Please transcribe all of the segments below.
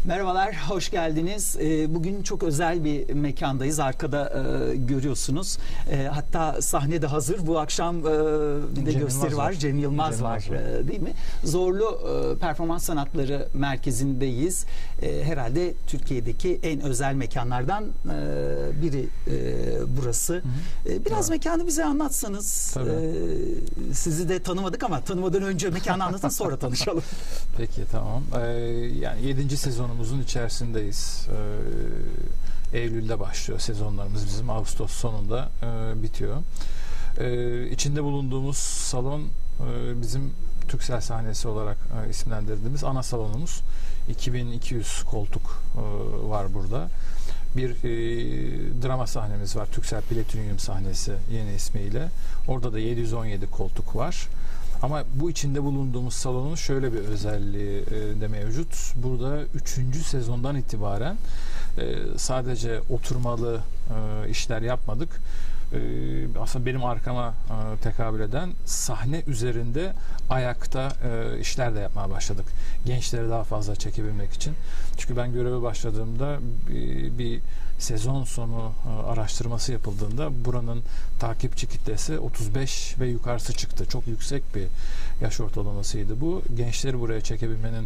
Merhabalar, hoş geldiniz. Bugün çok özel bir mekandayız. Arkada görüyorsunuz. Hatta sahne de hazır. Bu akşam bir de gösteri var. Cem Yılmaz var, değil mi? Zorlu Performans Sanatları Merkezi'ndeyiz. Herhalde Türkiye'deki en özel mekanlardan biri burası. Biraz mekanı bize anlatsanız. Sizi de tanımadık ama tanımadan önce mekanı anlatın, sonra tanışalım. Peki, tamam. Yani 7. sezonumuzun içerisindeyiz. Eylül'de başlıyor sezonlarımız bizim. Ağustos sonunda bitiyor. İçinde bulunduğumuz salon bizim Türksel sahnesi olarak isimlendirdiğimiz ana salonumuz. 2200 koltuk var burada. Bir drama sahnemiz var. Türksel Platinum sahnesi yeni ismiyle. Orada da 717 koltuk var. Ama bu içinde bulunduğumuz salonun şöyle bir özelliği de mevcut. Burada 3. sezondan itibaren sadece oturmalı işler yapmadık. Aslında benim arkama tekabül eden sahne üzerinde ayakta işler de yapmaya başladık. Gençleri daha fazla çekebilmek için. Çünkü ben göreve başladığımda bir sezon sonu araştırması yapıldığında buranın takipçi kitlesi 35 ve yukarısı çıktı. Çok yüksek bir yaş ortalamasıydı bu. Gençleri buraya çekebilmenin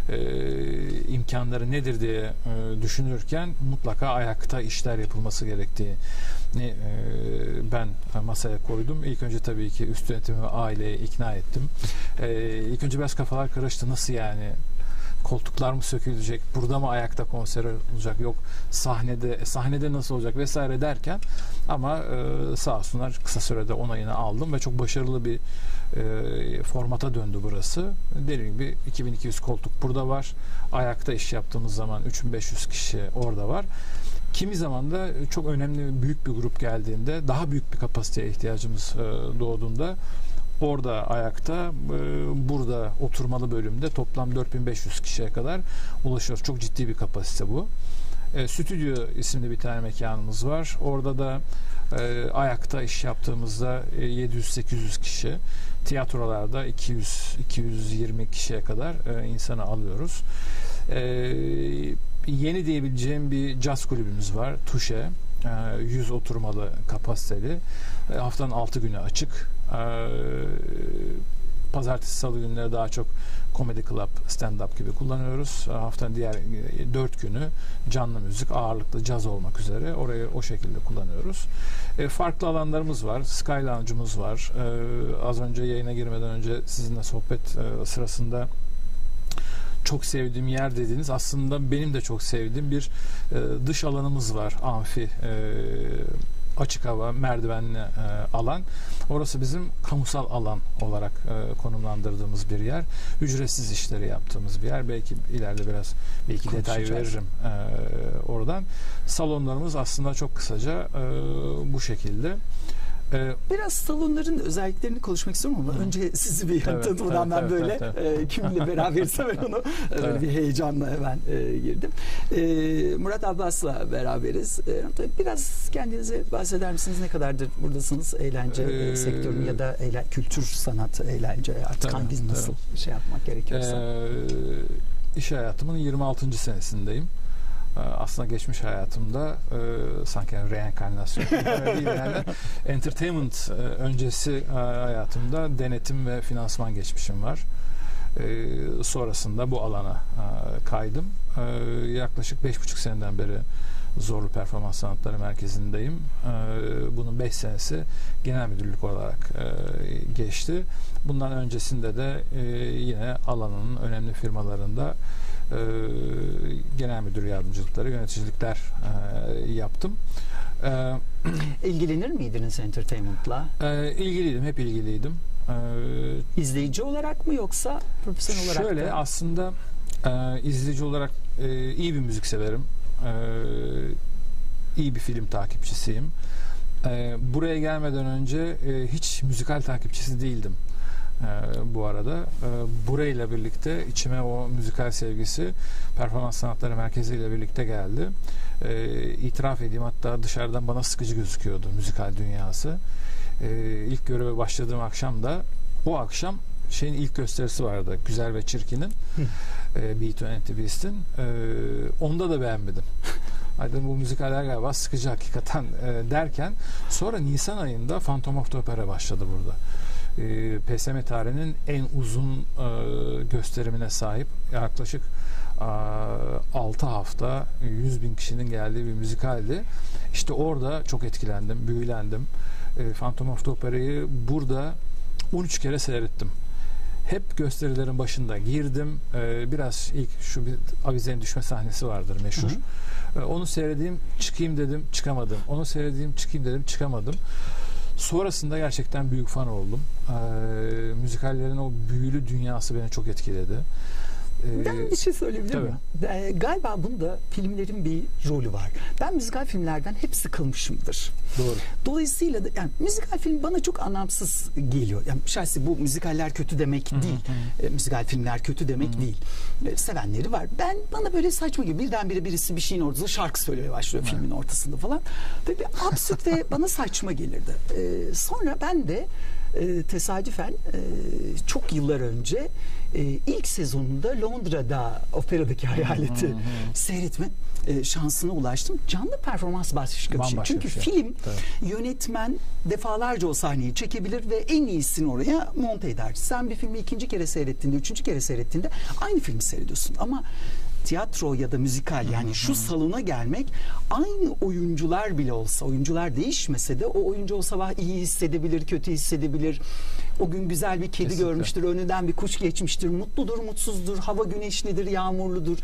imkanları nedir diye düşünürken mutlaka ayakta işler yapılması gerektiğini ben masaya koydum. İlk önce tabii ki üst yönetimi ve aileyi ikna ettim. İlk önce biraz kafalar karıştı. Nasıl yani? Koltuklar mı sökülecek? Burada mı ayakta konser olacak? Yok sahnede nasıl olacak vesaire derken ama sağ olsunlar kısa sürede onayını aldım ve çok başarılı bir formata döndü burası. Dediğim gibi 2200 koltuk burada var. Ayakta iş yaptığımız zaman 3500 kişi orada var. Kimi zaman da çok önemli büyük bir grup geldiğinde, daha büyük bir kapasiteye ihtiyacımız doğduğunda orada ayakta, burada oturmalı bölümde toplam 4500 kişiye kadar ulaşıyoruz. Çok ciddi bir kapasite bu. Stüdyo isimli bir tane mekanımız var. Orada da ayakta iş yaptığımızda 700-800 kişi, tiyatrolarda 200-220 kişiye kadar insanı alıyoruz. Yeni diyebileceğim bir caz kulübümüz var. Tuşe. 100 oturmalı kapasiteli. Haftanın 6 günü açık. Pazartesi, salı günleri daha çok comedy club, stand-up gibi kullanıyoruz. Haftanın diğer 4 günü canlı müzik, ağırlıklı caz olmak üzere orayı o şekilde kullanıyoruz. Farklı alanlarımız var. Sky Lounge'umuz var. Az önce yayına girmeden önce sizinle sohbet sırasında çok sevdiğim yer dediğiniz, aslında benim de çok sevdiğim bir dış alanımız var. Amfi, açık hava, merdivenli alan. Orası bizim kamusal alan olarak konumlandırdığımız bir yer. Ücretsiz işleri yaptığımız bir yer. Belki ileride biraz detay veririm oradan. Salonlarımız aslında çok kısaca bu şekilde. Biraz salonların özelliklerini konuşmak istiyorum ama önce sizi bir tanımadan ben böyle kiminle beraberse ben onu böyle bir heyecanla hemen girdim. Murat Abbas'la beraberiz. Biraz kendinize bahseder misiniz? Ne kadardır buradasınız? Eğlence sektörünün ya da kültür, sanat, eğlence artık hangi nasıl şey yapmak gerekiyorsa. İş hayatımın 26. senesindeyim. Aslında geçmiş hayatımda sanki reenkarnasyon değil yani entertainment öncesi hayatımda denetim ve finansman geçmişim var. Sonrasında bu alana kaydım. Yaklaşık 5,5 seneden beri Zorlu Performans Sanatları Merkezi'ndeyim. Bunun 5 senesi genel müdürlük olarak geçti. Bundan öncesinde de yine alanın önemli firmalarında genel müdür yardımcılıkları, yöneticilikler yaptım. İlgilenir miydiniz entertainment'la? İlgiliydim, hep ilgiliydim. İzleyici olarak mı yoksa profesyonel olarak şöyle, da? aslında izleyici olarak iyi bir müzik severim. İyi bir film takipçisiyim. Buraya gelmeden önce hiç müzikal takipçisi değildim. Bu arada burayla birlikte içime o müzikal sevgisi Performans Sanatları Merkezi ile birlikte geldi. İtiraf edeyim, hatta dışarıdan bana sıkıcı gözüküyordu müzikal dünyası. İlk göreve başladığım akşam da o akşam şeyin ilk gösterisi vardı. Güzel ve Çirkin'in. Beauty and the Beast'in. Onda da beğenmedim. Dedim bu müzikaller galiba sıkıcı hakikaten derken sonra Nisan ayında Phantom of the Opera başladı burada. PSM tarihinin en uzun gösterimine sahip, yaklaşık 6 hafta 100.000 kişinin geldiği bir müzikaldi. İşte orada çok etkilendim, büyülendim. Phantom of the Opera'yı burada 13 kere seyrettim. Hep gösterilerin başında girdim. Biraz ilk şu bir avizenin düşme sahnesi vardır meşhur. Onu seyredeyim, çıkayım dedim, çıkamadım. Onu seyredeyim, çıkayım dedim, çıkamadım. Sonrasında gerçekten büyük fan oldum. Müzikallerin o büyülü dünyası beni çok etkiledi. Ben bir şey söyleyebilir miyim? Galiba bunda filmlerin bir rolü var. Ben müzikal filmlerden hep sıkılmışımdır. Doğru. Dolayısıyla da yani müzikal film bana çok anlamsız geliyor. Yani şahsi bu müzikaller kötü demek değil. Müzikal filmler kötü demek değil. Sevenleri var. Bana böyle saçma gibi birdenbire birisi bir şeyin ortasında şarkı söylemeye başlıyor filmin ortasında falan. Böyle bir absürt ve bana saçma gelirdi. Sonra ben de tesadüfen çok yıllar önce ilk sezonunda Londra'da operadaki Hayaleti seyretme şansına ulaştım. Canlı performans başka bir şey. Çünkü film yönetmen defalarca o sahneyi çekebilir ve en iyisini oraya monte eder. Sen bir filmi ikinci kere seyrettiğinde, üçüncü kere seyrettiğinde aynı filmi seyrediyorsun. Ama tiyatro ya da müzikal yani şu salona gelmek aynı oyuncular bile olsa, oyuncular değişmese de o oyuncu o sabah iyi hissedebilir, kötü hissedebilir. O gün güzel bir kedi görmüştür, önünden bir kuş geçmiştir, mutludur, mutsuzdur, hava güneşlidir, yağmurludur.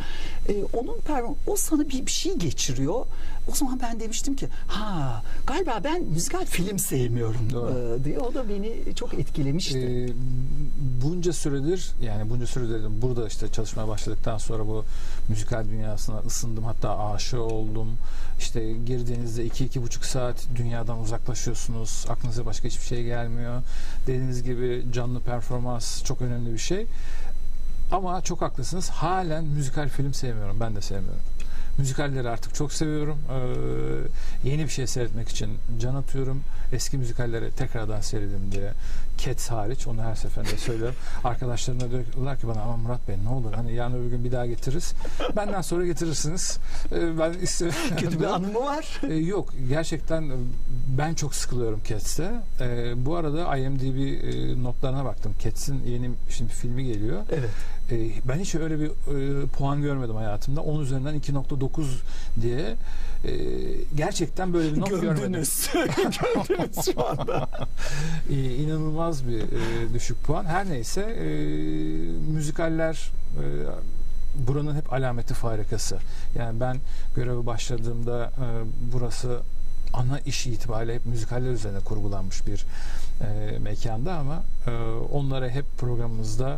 O sana bir şey geçiriyor. O zaman ben demiştim ki galiba ben müzikal film sevmiyorum diye. O da beni çok etkilemişti. Bunca süredir burada işte çalışmaya başladıktan sonra bu müzikal dünyasına ısındım. Hatta aşık oldum. İşte girdiğinizde 2-2,5 saat dünyadan uzaklaşıyorsunuz. Aklınıza başka hiçbir şey gelmiyor. Dediğiniz gibi canlı performans çok önemli bir şey. Ama çok haklısınız. Halen müzikal film sevmiyorum. Ben de sevmiyorum. Müzikalleri artık çok seviyorum. Yeni bir şey seyretmek için can atıyorum. Eski müzikalleri tekrardan seyredim diye. Cats hariç, onu her seferinde söylüyorum. Arkadaşlarım da diyorlar ki bana ama Murat Bey ne olur hani yarın öbür gün bir daha getiririz. Benden sonra getirirsiniz. Ben istiyorum. Kötü bir anı mı var? Yok. Gerçekten ben çok sıkılıyorum Cats'te. Bu arada IMDb notlarına baktım. Cats'in yeni şimdi filmi geliyor. Evet. Ben hiç öyle bir puan görmedim hayatımda. 10 üzerinden 2.9 diye gerçekten böyle bir not görmedim. Gördünüz şu anda. İnanılmaz bir düşük puan. Her neyse müzikaller buranın hep alameti farikası. Yani ben göreve başladığımda burası ana iş itibariyle hep müzikaller üzerine kurgulanmış bir mekanda ama onlara hep programımızda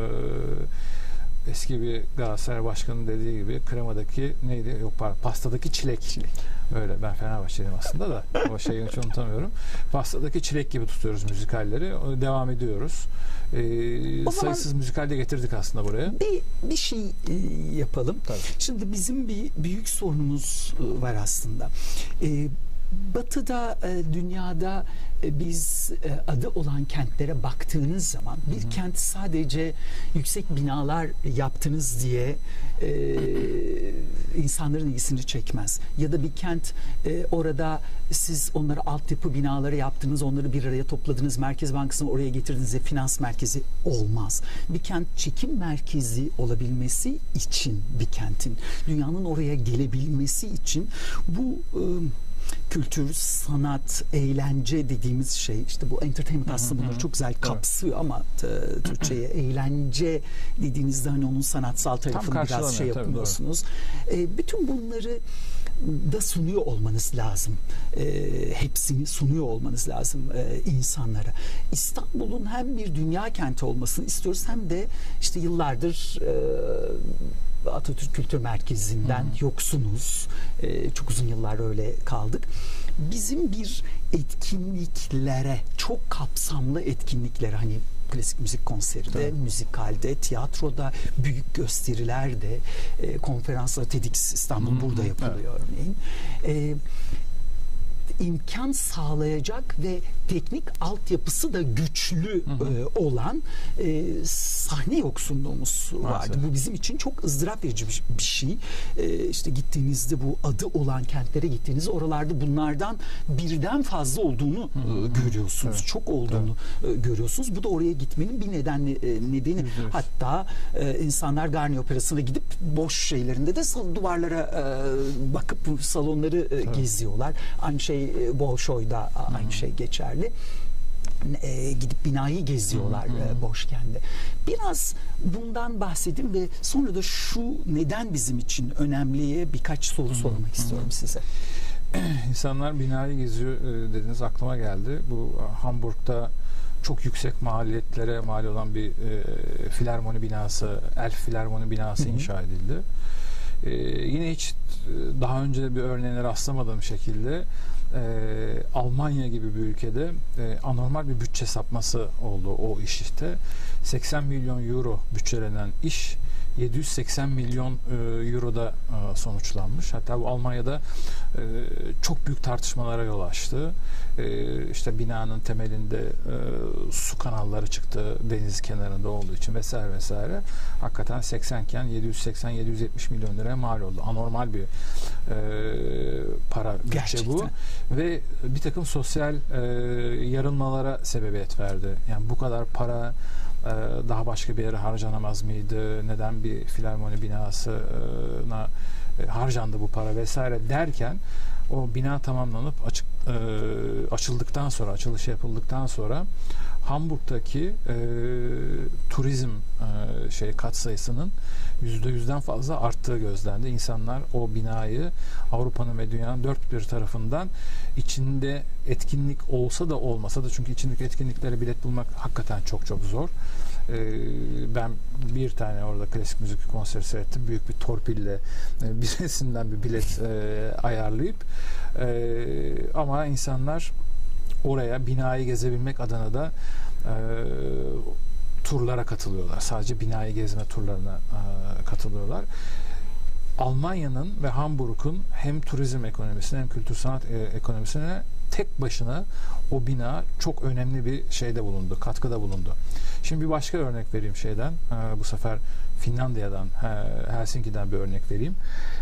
eski bir Galatasaray Başkanı'nın dediği gibi kremadaki neydi? Yok pardon, pastadaki çilek. Öyle, ben Fenerbahçeliyim aslında da o şeyi hiç unutamıyorum. Pastadaki çilek gibi tutuyoruz müzikalleri. Devam ediyoruz. Sayısız müzikal de getirdik aslında buraya. Bir şey yapalım. Tabii. Şimdi bizim bir büyük sorunumuz var aslında. Batı'da, dünyada biz adı olan kentlere baktığınız zaman bir kent sadece yüksek binalar yaptınız diye insanların ilgisini çekmez. Ya da bir kent orada siz onları altyapı binaları yaptınız, onları bir araya topladınız, Merkez Bankası'nı oraya getirdiniz, finans merkezi olmaz. Bir kent çekim merkezi olabilmesi için bir kentin, dünyanın oraya gelebilmesi için bu kültür, sanat, eğlence dediğimiz şey, işte bu entertainment aslında bunları çok güzel kapsıyor ama Türkçe'ye eğlence dediğinizde hani onun sanatsal tarafını biraz şey yapıyorsunuz. Bütün bunları da sunuyor olmanız lazım. Hepsini sunuyor olmanız lazım insanlara. İstanbul'un hem bir dünya kenti olmasını istiyoruz hem de işte yıllardır Atatürk Kültür Merkezi'nden yoksunuz. Çok uzun yıllar öyle kaldık. Bizim bir etkinliklere, çok kapsamlı etkinliklere, hani klasik müzik konseri de, müzikalde, tiyatroda, büyük gösterilerde, konferanslar, TEDx İstanbul burada yapılıyor örneğin. imkan sağlayacak ve teknik altyapısı da güçlü olan sahne yoksunluğumuz vardı. Bu bizim için çok ızdırap verici bir şey. İşte gittiğinizde, bu adı olan kentlere gittiğinizde oralarda bunlardan birden fazla olduğunu görüyorsunuz. Evet. Çok olduğunu görüyorsunuz. Bu da oraya gitmenin bir nedeni. Hatta insanlar Garnier Operası'na gidip boş şeylerinde de duvarlara bakıp salonları geziyorlar. Aynı şey Bolşoy'da aynı şey geçerli. Gidip binayı geziyorlar boşken de. Biraz bundan bahsedin ve sonra da şu neden bizim için önemliye birkaç soru sormak istiyorum size. İnsanlar binayı geziyor dediniz, aklıma geldi. Bu Hamburg'da çok yüksek maliyetlere mal olan bir filarmoni binası, Elf Filarmoni binası inşa edildi. Yine hiç daha önce bir örneğine rastlamadığım şekilde Almanya gibi bir ülkede anormal bir bütçe sapması oldu o iş işte. 80 milyon euro bütçelenen iş 780 milyon euroda sonuçlanmış. Hatta bu Almanya'da çok büyük tartışmalara yol açtı. İşte binanın temelinde su kanalları çıktı deniz kenarında olduğu için vesaire vesaire. Hakikaten 80 iken 780-770 milyon liraya mal oldu. Anormal bir para bütçe bu. Ve bir takım sosyal yarılmalara sebebiyet verdi. Yani bu kadar para daha başka bir yere harcanamaz mıydı? Neden bir filarmoni binasına harcandı bu para vesaire derken o bina tamamlanıp açıldıktan sonra, açılışı yapıldıktan sonra Hamburg'daki turizm katsayısının %100'den fazla arttığı gözlendi. İnsanlar o binayı Avrupa'nın ve dünyanın dört bir tarafından içinde etkinlik olsa da olmasa da, çünkü içindeki etkinliklere bilet bulmak hakikaten çok çok zor. Ben bir tane orada klasik müzik konseri seyrettim. Büyük bir torpille birisinden bir bilet ayarlayıp ama insanlar oraya binayı gezebilmek adına da turlara katılıyorlar. Sadece binayı gezme turlarına katılıyorlar. Almanya'nın ve Hamburg'un hem turizm ekonomisine hem kültür sanat ekonomisine tek başına o bina çok önemli bir şeyde bulundu, katkıda bulundu. Şimdi bir başka örnek vereyim şeyden. Bu sefer Finlandiya'dan, Helsinki'den bir örnek vereyim.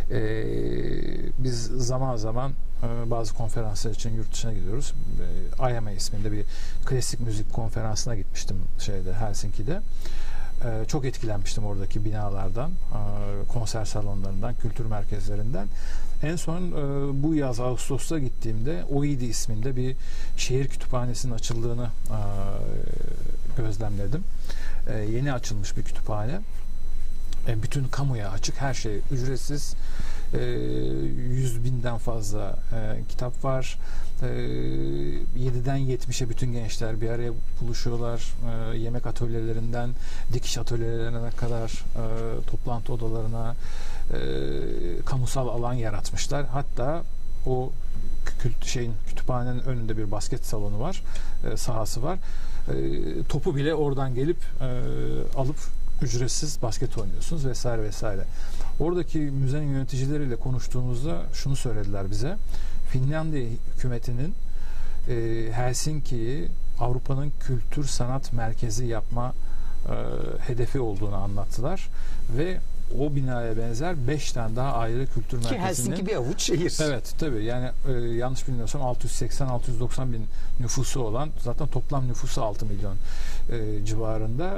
Biz zaman zaman bazı konferanslar için yurt dışına gidiyoruz. IMA isminde bir klasik müzik konferansına gitmiştim Helsinki'de. Çok etkilenmiştim oradaki binalardan, konser salonlarından, kültür merkezlerinden. En son bu yaz Ağustos'ta gittiğimde Oidi isminde bir şehir kütüphanesinin açıldığını gözlemledim. Yeni açılmış bir kütüphane. Bütün kamuya açık, her şey ücretsiz. 100.000'den fazla kitap var. 7'den 70'e bütün gençler bir araya buluşuyorlar. Yemek atölyelerinden dikiş atölyelerine kadar toplantı odalarına kamusal alan yaratmışlar. Hatta o kütüphanenin önünde bir basket salonu var, sahası var. Topu bile oradan gelip alıp ücretsiz basket oynuyorsunuz vesaire vesaire. Oradaki müzenin yöneticileriyle konuştuğumuzda şunu söylediler bize. Finlandiya hükümetinin Helsinki'yi Avrupa'nın kültür sanat merkezi yapma hedefi olduğunu anlattılar ve o binaya benzer 5 tane daha ayrı kültür merkezinin... Ki Helsinki bir avuç şehir. Evet tabii, yani yanlış bilmiyorsam 680-690 bin nüfusu olan, zaten toplam nüfusu 6 milyon civarında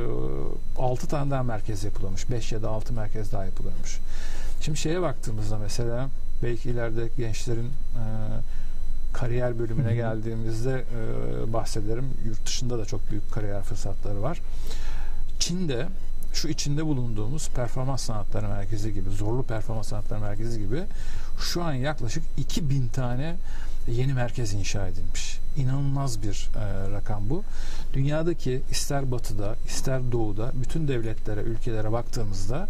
6 tane daha merkez yapılmış. 5 ya da 6 merkez daha yapılmış. Şimdi şeye baktığımızda mesela belki ileride gençlerin kariyer bölümüne geldiğimizde bahsederim. Yurt dışında da çok büyük kariyer fırsatları var. Çin'de şu içinde bulunduğumuz performans sanatları merkezi gibi, zorlu performans sanatları merkezi gibi şu an yaklaşık 2000 tane yeni merkez inşa edilmiş. İnanılmaz bir rakam bu. Dünyadaki ister batıda, ister doğuda bütün devletlere, ülkelere baktığımızda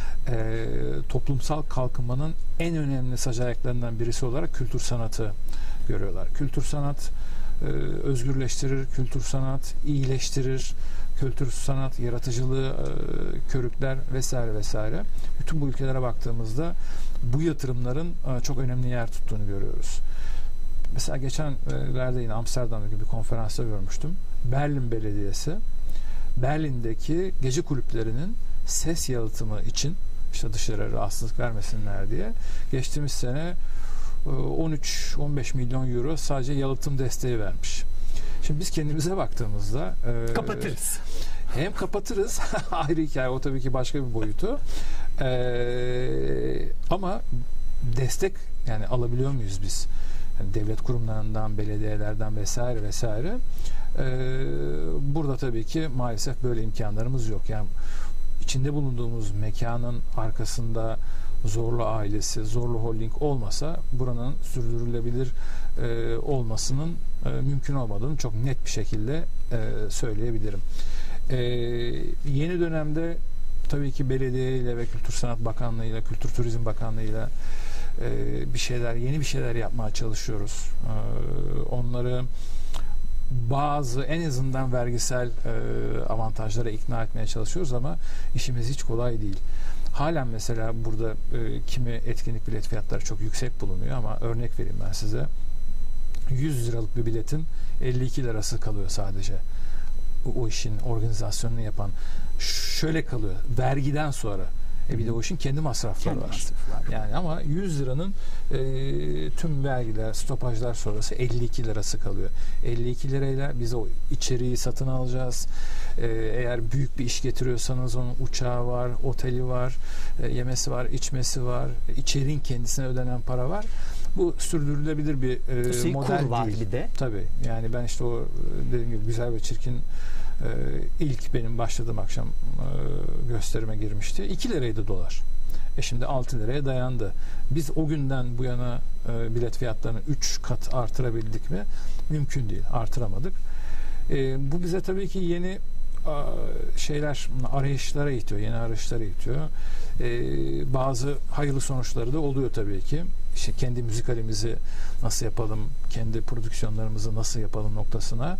toplumsal kalkınmanın en önemli sac ayaklarından birisi olarak kültür sanatı görüyorlar. Kültür sanat özgürleştirir, kültür sanat iyileştirir, kültür sanat yaratıcılığı körükler vesaire vesaire. Bütün bu ülkelere baktığımızda bu yatırımların çok önemli yer tuttuğunu görüyoruz. Mesela geçenlerde yine Amsterdam'daki bir konferansta görmüştüm. Berlin Belediyesi Berlin'deki gece kulüplerinin ses yalıtımı için, işte dışarı rahatsızlık vermesinler diye, geçtiğimiz sene 13-15 milyon euro sadece yalıtım desteği vermiş. Şimdi biz kendimize baktığımızda kapatırız. Hem kapatırız, ayrı hikaye, o tabii ki başka bir boyutu. Ama destek yani alabiliyor muyuz biz? Yani devlet kurumlarından, belediyelerden vesaire vesaire. Burada tabii ki maalesef böyle imkanlarımız yok. Yani içinde bulunduğumuz mekanın arkasında Zorlu ailesi, Zorlu Holding olmasa buranın sürdürülebilir olmasının mümkün olmadığını çok net bir şekilde söyleyebilirim. Yeni dönemde tabii ki belediye ile ve Kültür Sanat Bakanlığı ile, Kültür Turizm Bakanlığı ile yeni bir şeyler yapmaya çalışıyoruz. Onları bazı en azından vergisel avantajlara ikna etmeye çalışıyoruz ama işimiz hiç kolay değil. Halen mesela burada kimi etkinlik bilet fiyatları çok yüksek bulunuyor ama örnek vereyim ben size. 100 liralık bir biletin 52 lirası kalıyor sadece. O işin organizasyonunu yapan. Şöyle kalıyor. Vergiden sonra. Bir de o işin kendi masrafları var. Yani ama 100 liranın tüm vergiler, stopajlar sonrası 52 lirası kalıyor. 52 lirayla biz o içeriği satın alacağız. Eğer büyük bir iş getiriyorsanız onun uçağı var, oteli var, yemesi var, içmesi var, içeriğin kendisine ödenen para var. Bu sürdürülebilir bir model var değil. Bir de. Tabii. Yani ben işte o dediğim gibi Güzel ve Çirkin ilk benim başladığım akşam gösterime girmişti. 2 liraydı dolar. Şimdi 6 liraya dayandı. Biz o günden bu yana bilet fiyatlarını 3 kat artırabildik mi? Mümkün değil. Artıramadık. Bu bize tabii ki yeni arayışlara itiyor. Yeni arayışlara itiyor. Bazı hayırlı sonuçları da oluyor tabii ki. İşte kendi müzikalimizi nasıl yapalım, kendi prodüksiyonlarımızı nasıl yapalım noktasına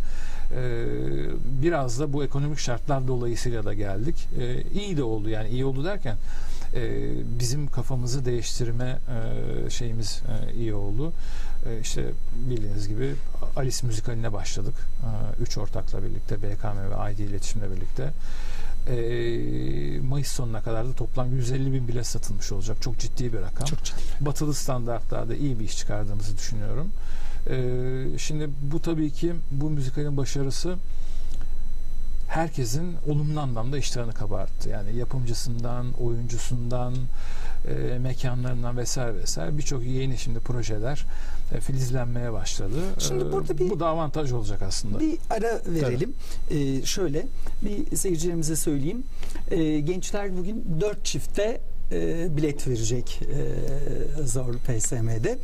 biraz da bu ekonomik şartlar dolayısıyla da geldik. İyi de oldu, yani iyi oldu derken bizim kafamızı değiştirme şeyimiz iyi oldu. İşte bildiğiniz gibi Alice müzikaline başladık. 3 ortakla birlikte, BKM ve ID iletişimle birlikte. Mayıs sonuna kadar da toplam 150 bin bilet satılmış olacak. Çok ciddi bir rakam. Çok ciddi. Batılı standartlarda iyi bir iş çıkardığımızı düşünüyorum. Şimdi bu tabii ki bu müzikalin başarısı herkesin olumlu anlamda iştahını kabarttı. Yani yapımcısından, oyuncusundan, mekanlarından vesaire vesaire birçok yeni şimdi projeler filizlenmeye başladı. Şimdi burada bu da avantaj olacak aslında. Bir ara verelim. Şöyle bir seyircilerimize söyleyeyim. Gençler bugün 4 çifte bilet verecek Zorlu PSM'de.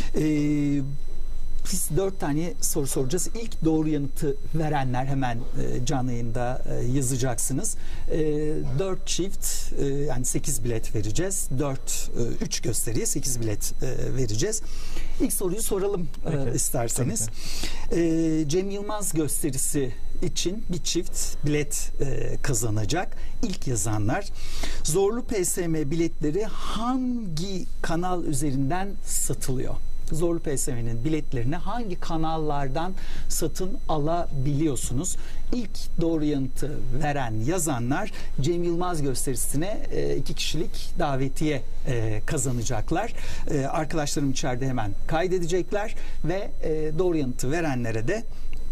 Biz 4 tane soru soracağız. İlk doğru yanıtı verenler hemen canlı yayında yazacaksınız. 4 çift yani 8 bilet vereceğiz. 3 gösteriye 8 bilet vereceğiz. İlk soruyu soralım isterseniz. Cem Yılmaz gösterisi için bir çift bilet kazanacak. İlk yazanlar Zorlu PSM biletleri hangi kanal üzerinden satılıyor? Zorlu PSM'nin biletlerini hangi kanallardan satın alabiliyorsunuz? İlk doğru yanıtı veren yazanlar Cem Yılmaz gösterisine 2 kişilik davetiye kazanacaklar. Arkadaşlarım içeride hemen kaydedecekler ve doğru yanıtı verenlere de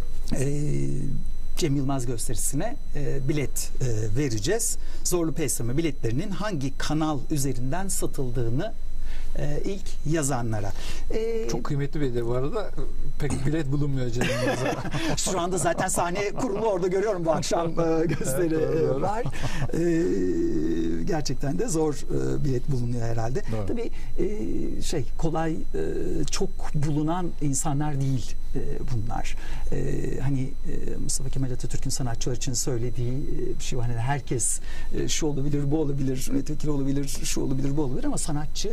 Cem Yılmaz gösterisine bilet vereceğiz. Zorlu PSM biletlerinin hangi kanal üzerinden satıldığını ilk yazanlara. Çok kıymetli bir de bu arada. Pek bilet bulunmuyor Cem Yılmaz'a. Şu anda zaten sahne kurulu orada görüyorum bu akşam gösteri evet, var. Gerçekten de zor bilet bulunuyor herhalde. Doğru. Tabii kolay çok bulunan insanlar değil bunlar. Hani Mustafa Kemal Atatürk'ün sanatçılar için söylediği bir şey var. Hani herkes şu olabilir, bu olabilir, milletvekili olabilir, şu olabilir, bu olabilir ama sanatçı değil.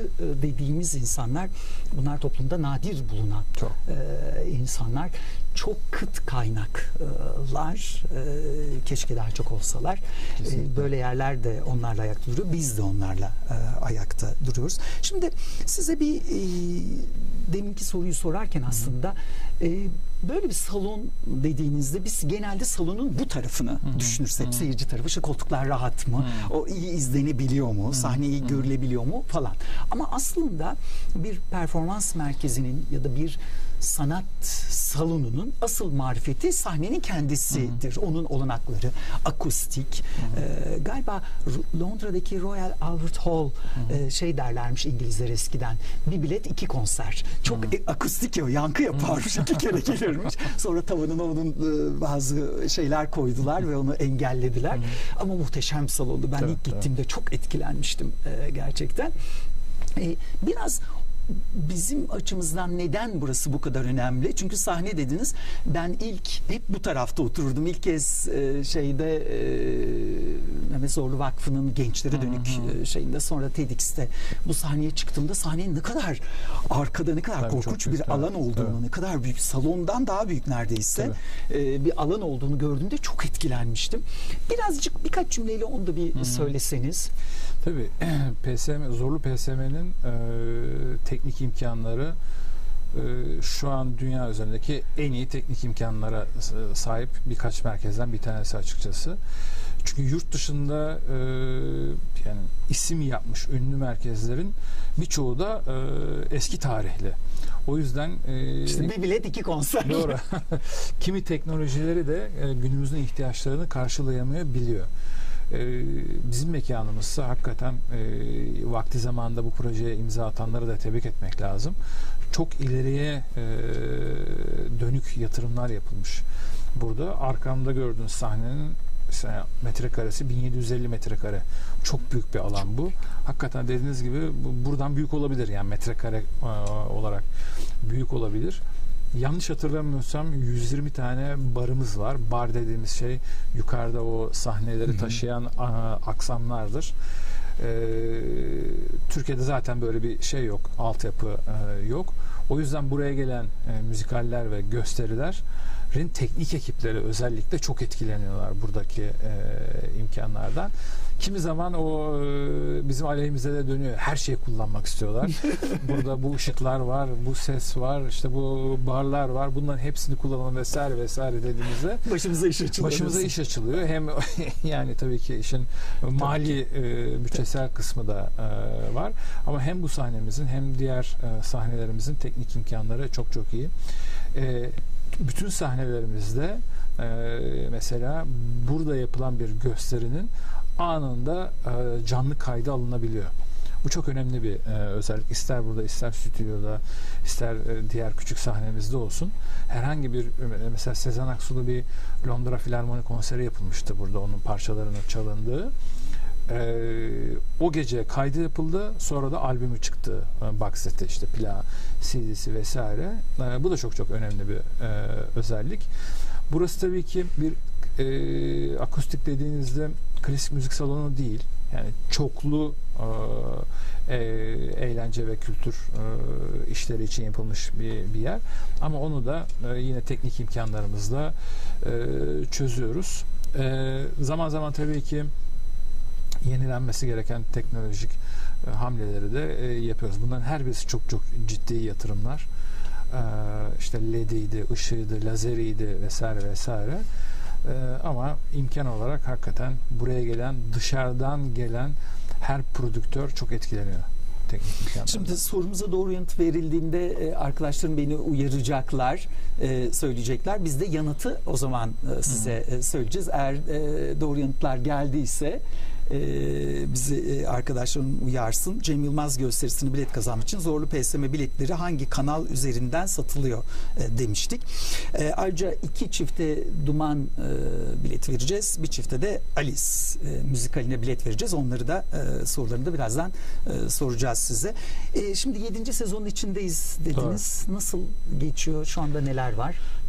dediğimiz insanlar, bunlar toplumda nadir bulunan insanlar. Çok kıt kaynaklar. Keşke daha çok olsalar. Böyle yerler de onlarla ayakta duruyor. Biz de onlarla ayakta duruyoruz. Şimdi size bir deminki soruyu sorarken aslında böyle bir salon dediğinizde biz genelde salonun bu tarafını düşünürüz. Hep seyirci tarafı. İşte koltuklar rahat mı? O iyi izlenebiliyor mu? Sahne iyi görülebiliyor mu? Falan. Ama aslında bir performans merkezinin ya da bir sanat salonunun asıl marifeti sahnenin kendisidir. Onun olanakları, akustik. Galiba Londra'daki Royal Albert Hall şey derlermiş İngilizler eskiden. Bir bilet 2 konser. Çok akustik ya, yankı yaparmış. 2 kere gelirmiş. Sonra tavanına onun bazı şeyler koydular ve onu engellediler. Ama muhteşem salondu. Ben ilk gittiğimde çok etkilenmiştim gerçekten. Biraz bizim açımızdan neden burası bu kadar önemli? Çünkü sahne dediniz. Ben ilk hep bu tarafta otururdum. İlk kez şeyde Mehmet Zorlu Vakfı'nın gençlere dönük şeyinde, sonra TEDx'te bu sahneye çıktığımda sahnenin ne kadar arkada, ne kadar korkunç bir alan olduğunu, ne kadar büyük, salondan daha büyük neredeyse bir alan olduğunu gördüğümde çok etkilenmiştim. Birazcık birkaç cümleyle onu da bir söyleseniz. Tabii Zorlu PSM'nin teknik imkanları şu an dünya üzerindeki en iyi teknik imkanlara sahip birkaç merkezden bir tanesi açıkçası. Çünkü yurt dışında yani isim yapmış ünlü merkezlerin birçoğu da eski tarihli. O yüzden işte bir bilet 2 konser. Doğru. Kimi teknolojileri de günümüzün ihtiyaçlarını karşılayamayabiliyor. Bizim mekanımızsa hakikaten vakti zamanında bu projeye imza atanları da tebrik etmek lazım. Çok ileriye dönük yatırımlar yapılmış. Burada arkamda gördüğünüz sahnenin metrekaresi 1750 metrekare. Çok büyük bir alan bu. Hakikaten dediğiniz gibi buradan büyük olabilir, yani metrekare olarak büyük olabilir. Yanlış hatırlamıyorsam 120 tane barımız var. Bar dediğimiz şey yukarıda o sahneleri taşıyan aksamlardır. Türkiye'de zaten böyle bir şey yok. Altyapı yok. O yüzden buraya gelen müzikaller ve gösterilerin teknik ekipleri özellikle çok etkileniyorlar buradaki imkanlardan. Kimi zaman o bizim aleyhimize de dönüyor. Her şeyi kullanmak istiyorlar. Burada bu ışıklar var, bu ses var, işte bu barlar var. Bunların hepsini kullanalım vesaire vesaire dediğimizde başımıza iş açılıyor. Başımıza iş açılıyor. Hem yani tabii ki işin mali bütçesel kısmı da var. Ama hem bu sahnemizin hem diğer sahnelerimizin teknik imkanları çok çok iyi. Bütün sahnelerimizde mesela burada yapılan bir gösterinin anında canlı kaydı alınabiliyor. Bu çok önemli bir özellik. İster burada, ister stüdyoda, ister diğer küçük sahnemizde olsun. Herhangi bir, mesela Sezen Aksu'da bir Londra Filarmoni konseri yapılmıştı burada, onun parçalarının çalındığı. O gece kaydı yapıldı. Sonra da albümü çıktı. Box seti, işte plağı, CD'si vesaire. Bu da çok çok önemli bir özellik. Burası tabii ki bir akustik dediğinizde klasik müzik salonu değil. Yani çoklu eğlence ve kültür işleri için yapılmış bir yer. Ama onu da yine teknik imkanlarımızla çözüyoruz. Zaman zaman tabii ki yenilenmesi gereken teknolojik hamleleri de yapıyoruz. Bunların her birisi çok çok ciddi yatırımlar. İşte LED'iydi, ışığıydı, lazeriydi vesaire vesaire. Ama imkan olarak hakikaten buraya gelen, dışarıdan gelen her prodüktör çok etkileniyor. Şimdi sorumuza doğru yanıt verildiğinde arkadaşlarım beni uyaracaklar, söyleyecekler. Biz de yanıtı o zaman size söyleyeceğiz. Eğer doğru yanıtlar geldiyse bizi arkadaşlarım uyarsın. Cem Yılmaz gösterisini bilet kazanmak için Zorlu PSM biletleri hangi kanal üzerinden satılıyor demiştik. Ayrıca 2 çifte Duman bileti vereceğiz. Bir çifte de Alice müzikaline bilet vereceğiz. Onları da sorularını da birazdan soracağız size. Şimdi 7. sezonun içindeyiz dediniz. Doğru. Nasıl geçiyor? Şu anda neler var?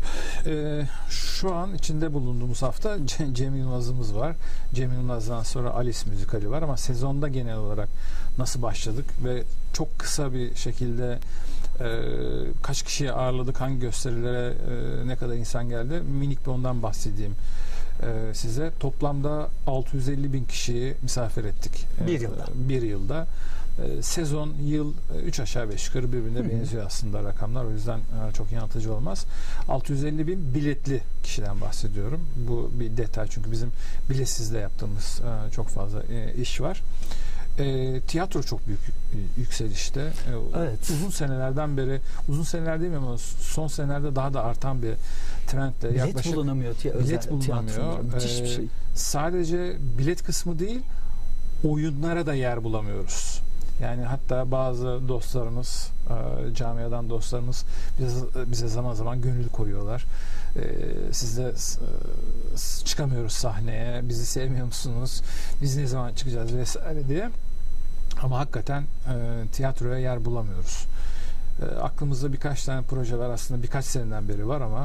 Şu an içinde bulunduğumuz hafta Cem Yılmaz'ımız var. Cem Yılmaz'dan sonra Alice müzikali var ama sezonda genel olarak nasıl başladık ve çok kısa bir şekilde kaç kişiyi ağırladık, hangi gösterilere ne kadar insan geldi, minik bir ondan bahsedeyim size. Toplamda 650 bin kişiyi misafir ettik. Bir yılda. Sezon, yıl 3 aşağı 5 yukarı birbirine benziyor aslında rakamlar. O yüzden çok yanıltıcı olmaz. 650 bin biletli kişiden bahsediyorum. Bu bir detay çünkü bizim biletsizle yaptığımız çok fazla iş var. Tiyatro çok büyük yükselişte. Evet. Uzun senelerden beri, uzun seneler değil mi ama son senelerde daha da artan bir trendle bilet bulunamıyor. Bilet bulunamıyor. Müthiş bir şey. Sadece bilet kısmı değil, oyunlara da yer bulamıyoruz. Yani hatta bazı dostlarımız, camiadan dostlarımız bize zaman zaman gönül koyuyorlar. Siz de çıkamıyoruz sahneye, bizi sevmiyor musunuz, biz ne zaman çıkacağız vesaire diye. Ama hakikaten tiyatroya yer bulamıyoruz. Aklımızda birkaç tane proje var, aslında birkaç seneden beri var ama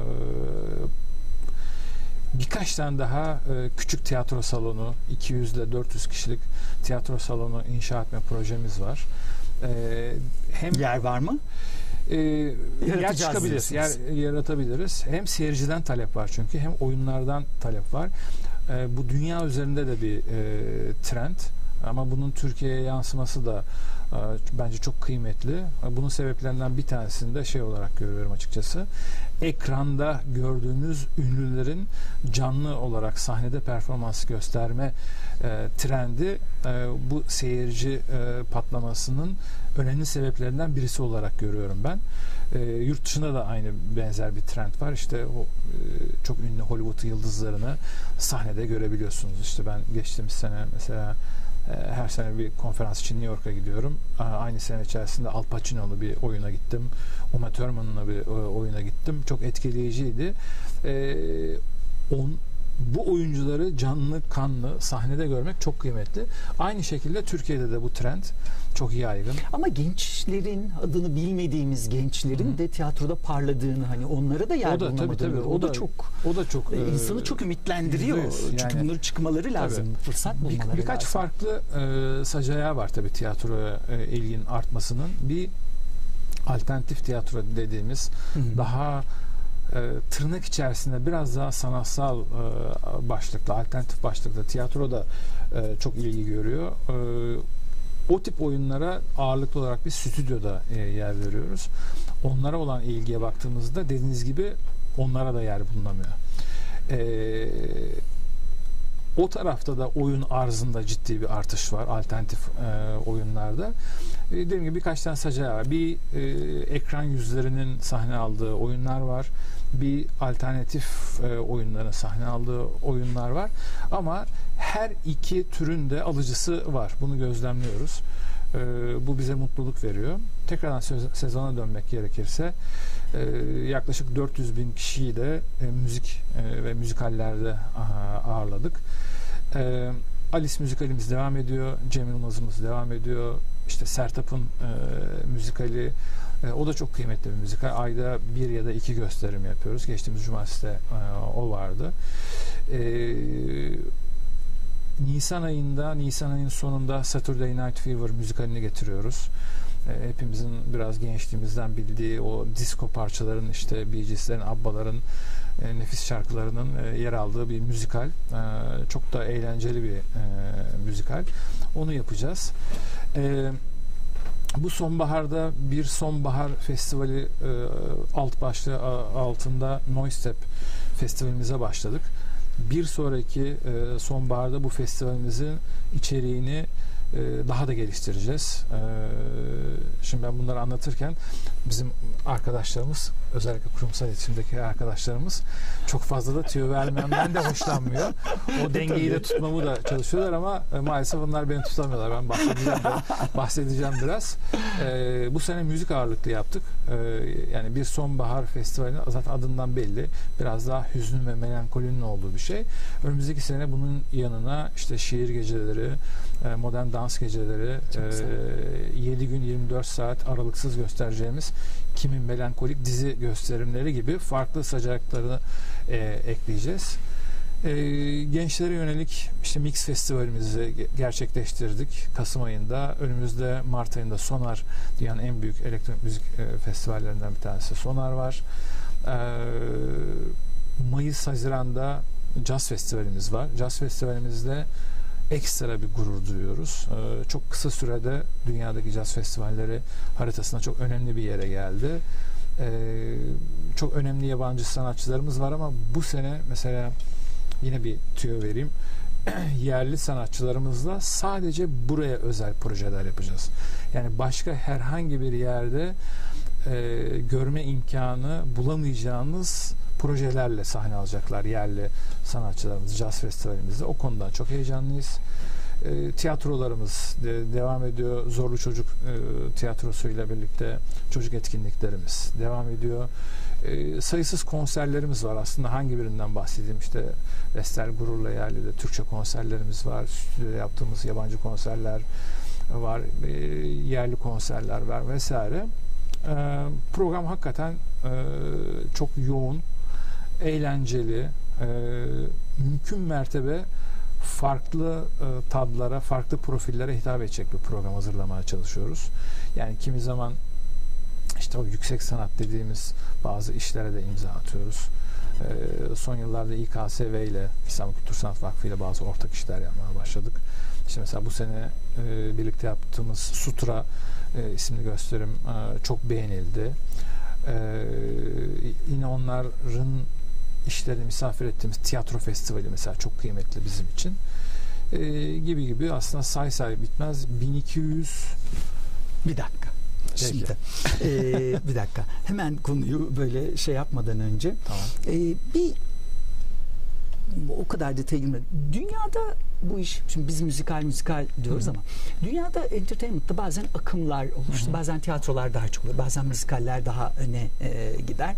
birkaç tane daha küçük tiyatro salonu, 200 ile 400 kişilik tiyatro salonu inşa etme projemiz var. Hem yer var mı? Yer çıkabilir, yer yaratabiliriz. Hem seyirciden talep var çünkü, hem oyunlardan talep var. Bu dünya üzerinde de bir trend. Ama bunun Türkiye'ye yansıması da bence çok kıymetli. Bunun sebeplerinden bir tanesini de şey olarak görüyorum açıkçası. Ekranda gördüğünüz ünlülerin canlı olarak sahnede performans gösterme trendi bu seyirci patlamasının önemli sebeplerinden birisi olarak görüyorum ben. Yurt dışında da aynı benzer bir trend var. İşte o çok ünlü Hollywood yıldızlarını sahnede görebiliyorsunuz. İşte ben geçtiğimiz sene mesela her sene bir konferans için New York'a gidiyorum. Aynı sene içerisinde Al Pacino'lu bir oyuna gittim. Uma Thurman'la bir oyuna gittim. Çok etkileyiciydi. Bu oyuncuları canlı, kanlı sahnede görmek çok kıymetli. Aynı şekilde Türkiye'de de bu trend çok yaygın. Ama gençlerin, adını bilmediğimiz gençlerin de tiyatroda parladığını, hani onlara da yer bulamadığını, o da çok insanı çok ümitlendiriyor. Çünkü bunların çıkmaları lazım. Tabii. Fırsat bulmaları birkaç lazım. farklı sacayağı var tabii tiyatroya ilginin artmasının. Bir alternatif tiyatro dediğimiz daha tırnak içerisinde biraz daha sanatsal başlıklı, alternatif başlıklı tiyatro da çok ilgi görüyor. O tip oyunlara ağırlıklı olarak bir stüdyoda yer veriyoruz. Onlara olan ilgiye baktığımızda dediğiniz gibi onlara da yer bulunamıyor. O tarafta da oyun arzında ciddi bir artış var alternatif oyunlarda. Dediğim gibi birkaç tane sacağı var. Bir ekran yüzlerinin sahne aldığı oyunlar var. Bir alternatif oyunların sahne aldığı oyunlar var. Ama her iki türün de alıcısı var. Bunu gözlemliyoruz. Bu bize mutluluk veriyor. Tekrardan sezona dönmek gerekirse yaklaşık 400 bin kişiyi de müzik ve müzikallerde ağırladık. Alice müzikalimiz devam ediyor. Cem Yılmaz'ımız devam ediyor. İşte Sertab'ın müzikali, o da çok kıymetli bir müzikal. Ayda 1 ya da 2 gösterim yapıyoruz. Geçtiğimiz cumartesi de o vardı. Nisan ayının sonunda Saturday Night Fever müzikalini getiriyoruz. Hepimizin biraz gençliğimizden bildiği o disco parçaların, işte Bee Gees'lerin, ABBA'ların nefis şarkılarının yer aldığı bir müzikal. Çok da eğlenceli bir müzikal. Onu yapacağız. Bu sonbaharda bir sonbahar festivali alt başlığı altında Noistep festivalimize başladık. Bir sonraki sonbaharda bu festivalimizin içeriğini daha da geliştireceğiz. Şimdi ben bunları anlatırken bizim arkadaşlarımız, özellikle kurumsal iletişimdeki arkadaşlarımız çok fazla da tüyo vermemden de hoşlanmıyor. O dengeyi de tutmamı da çalışıyorlar ama maalesef onlar beni tutamıyorlar. Ben bahsedeceğim biraz. Bu sene müzik ağırlıklı yaptık. Yani bir sonbahar festivali zaten adından belli. Biraz daha hüznün ve melankolinin olduğu bir şey. Önümüzdeki sene bunun yanına işte şiir geceleri, modern dans geceleri, 7 gün 24 saat aralıksız göstereceğimiz kimi melankolik dizi gösterimleri gibi farklı saçakları ekleyeceğiz. Gençlere yönelik işte Mix Festivalimizi gerçekleştirdik Kasım ayında. Önümüzde Mart ayında Sonar, dünyanın en büyük elektronik müzik festivallerinden bir tanesi Sonar var. Mayıs-Haziran'da Jazz Festivalimiz var. Jazz Festivalimizde ekstra bir gurur duyuyoruz. Çok kısa sürede dünyadaki caz festivalleri haritasında çok önemli bir yere geldi. Çok önemli yabancı sanatçılarımız var ama bu sene mesela yine bir tüyo vereyim. Yerli sanatçılarımızla sadece buraya özel projeler yapacağız. Yani başka herhangi bir yerde görme imkanı bulamayacağınız projelerle sahne alacaklar yerli sanatçılarımız Jazz Festivalimizde. O konudan çok heyecanlıyız. Tiyatrolarımız devam ediyor. Zorlu Çocuk tiyatrosuyla birlikte çocuk etkinliklerimiz devam ediyor. Sayısız konserlerimiz var. Aslında hangi birinden bahsedeyim? İşte Vestel Gurur'la yerli de Türkçe konserlerimiz var. Stüdyoda yaptığımız yabancı konserler var. Yerli konserler var vesaire. Program hakikaten çok yoğun, eğlenceli, mümkün mertebe farklı tadlara, farklı profillere hitap edecek bir program hazırlamaya çalışıyoruz. Yani kimi zaman işte o yüksek sanat dediğimiz bazı işlere de imza atıyoruz. Son yıllarda İKSV ile İstanbul Kültür Sanat Vakfı ile bazı ortak işler yapmaya başladık. İşte mesela bu sene birlikte yaptığımız Sutra isimli gösterim çok beğenildi. Yine onların işlerini misafir ettiğimiz tiyatro festivali mesela çok kıymetli bizim için. Gibi aslında say bitmez. 1200 bir dakika. Şimdi bir dakika. Hemen konuyu böyle şey yapmadan önce tamam. Bir o kadar detaya girmeden. Dünyada bu iş, şimdi biz müzikal diyoruz ama dünyada entertainment'ta bazen akımlar oluştu. Bazen tiyatrolar daha çok olur. Bazen müzikaller daha öne gider.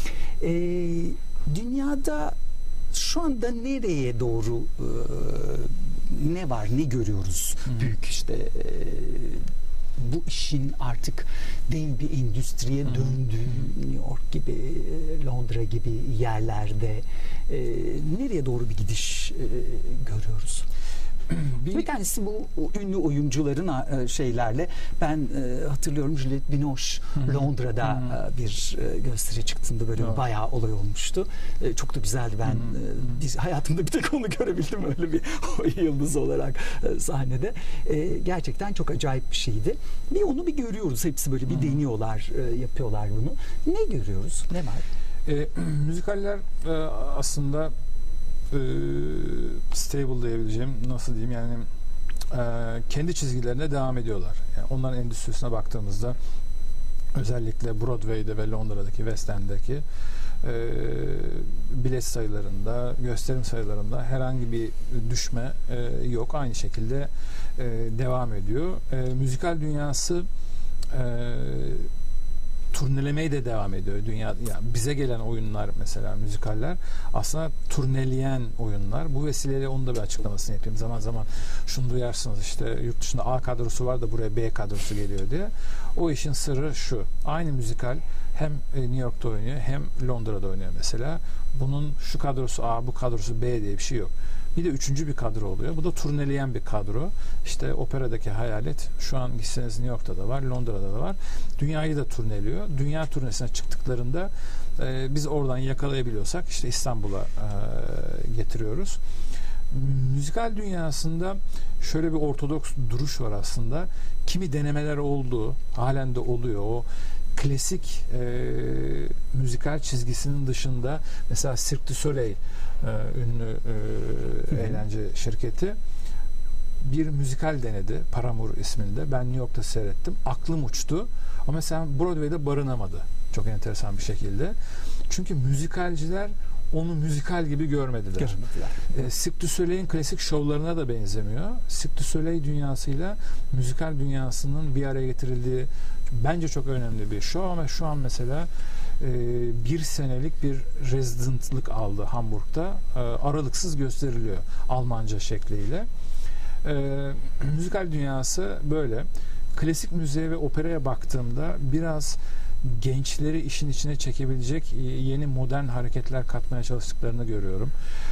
Dünyada şu anda nereye doğru ne var, ne görüyoruz? Büyük işte bu işin artık dev bir endüstriye döndüğü New York gibi, Londra gibi yerlerde nereye doğru bir gidiş görüyoruz? Bir tanesi bu ünlü oyuncuların şeylerle, ben hatırlıyorum Juliette Binoche Londra'da bir gösteri çıktığında böyle bayağı olay olmuştu. Çok da güzeldi. Ben hayatımda bir tek onu görebildim öyle bir yıldız olarak sahnede. Gerçekten çok acayip bir şeydi. Bir onu bir görüyoruz. Hepsi böyle bir deniyorlar, yapıyorlar bunu. Ne görüyoruz? Ne var? Müzikaller aslında stable diyebileceğim, nasıl diyeyim, yani kendi çizgilerine devam ediyorlar. Yani onların endüstrisine baktığımızda özellikle Broadway'de ve Londra'daki West End'deki bilet sayılarında, gösterim sayılarında herhangi bir düşme yok. Aynı şekilde devam ediyor. Müzikal dünyası turnelemeye de devam ediyor. Dünya, yani bize gelen oyunlar mesela müzikaller aslında turneleyen oyunlar. Bu vesileyle onun da bir açıklamasını yapayım. Zaman zaman şunu duyarsınız, işte yurt dışında A kadrosu var da buraya B kadrosu geliyor diye. O işin sırrı şu. Aynı müzikal hem New York'ta oynuyor hem Londra'da oynuyor mesela. Bunun şu kadrosu A, bu kadrosu B diye bir şey yok. Bir de üçüncü bir kadro oluyor. Bu da turneleyen bir kadro. İşte operadaki Hayalet şu an gitseniz New York'ta da var, Londra'da da var. Dünyayı da turneliyor. Dünya turnesine çıktıklarında biz oradan yakalayabiliyorsak işte İstanbul'a getiriyoruz. Müzikal dünyasında şöyle bir ortodoks duruş var aslında. Kimi denemeler oldu, halen de oluyor. O klasik müzikal çizgisinin dışında mesela Cirque du Soleil ünlü eğlence şirketi bir müzikal denedi, Paramore isminde. Ben New York'ta seyrettim. Aklım uçtu. Ama mesela Broadway'de barınamadı. Çok enteresan bir şekilde. Çünkü müzikalciler onu müzikal gibi görmediler. Cirque du Soleil'in klasik şovlarına da benzemiyor. Cirque du Soleil dünyasıyla müzikal dünyasının bir araya getirildiği bence çok önemli bir şov ama şu an mesela bir senelik bir residentlık aldı Hamburg'da. Aralıksız gösteriliyor Almanca şekliyle. Müzikal dünyası böyle. Klasik müziğe ve operaya baktığımda biraz gençleri işin içine çekebilecek yeni modern hareketler katmaya çalıştıklarını görüyorum.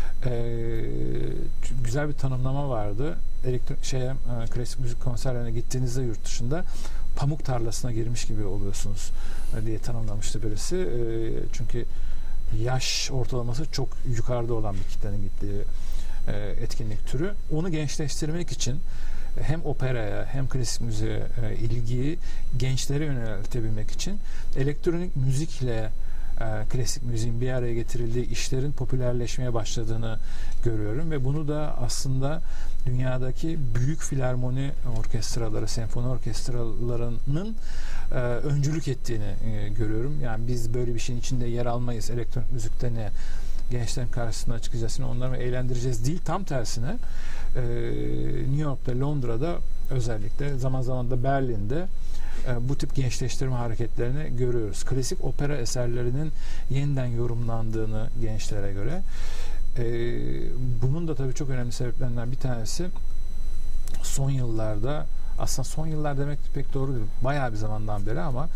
Güzel bir tanımlama vardı. Klasik müzik konserlerine gittiğinizde yurt dışında pamuk tarlasına girmiş gibi oluyorsunuz diye tanımlamıştı birisi. Çünkü yaş ortalaması çok yukarıda olan bir kitlenin gittiği etkinlik türü. Onu gençleştirmek için hem operaya hem klasik müziğe ilgiyi gençlere yöneltebilmek için elektronik müzikle klasik müziğin bir araya getirildiği işlerin popülerleşmeye başladığını görüyorum ve bunu da aslında dünyadaki büyük filarmoni orkestraları, senfoni orkestralarının öncülük ettiğini görüyorum. Yani biz böyle bir şeyin içinde yer almayız. Elektronik müzikte ne? Gençlerin karşısına çıkacağız, onları eğlendireceğiz değil. Tam tersine New York'ta, Londra'da, özellikle zaman zaman da Berlin'de bu tip gençleştirme hareketlerini görüyoruz. Klasik opera eserlerinin yeniden yorumlandığını gençlere göre. Bunun da tabii çok önemli sebeplerinden bir tanesi son yıllarda, aslında son yıllar demek pek doğru değil, bayağı bir zamandan beri ama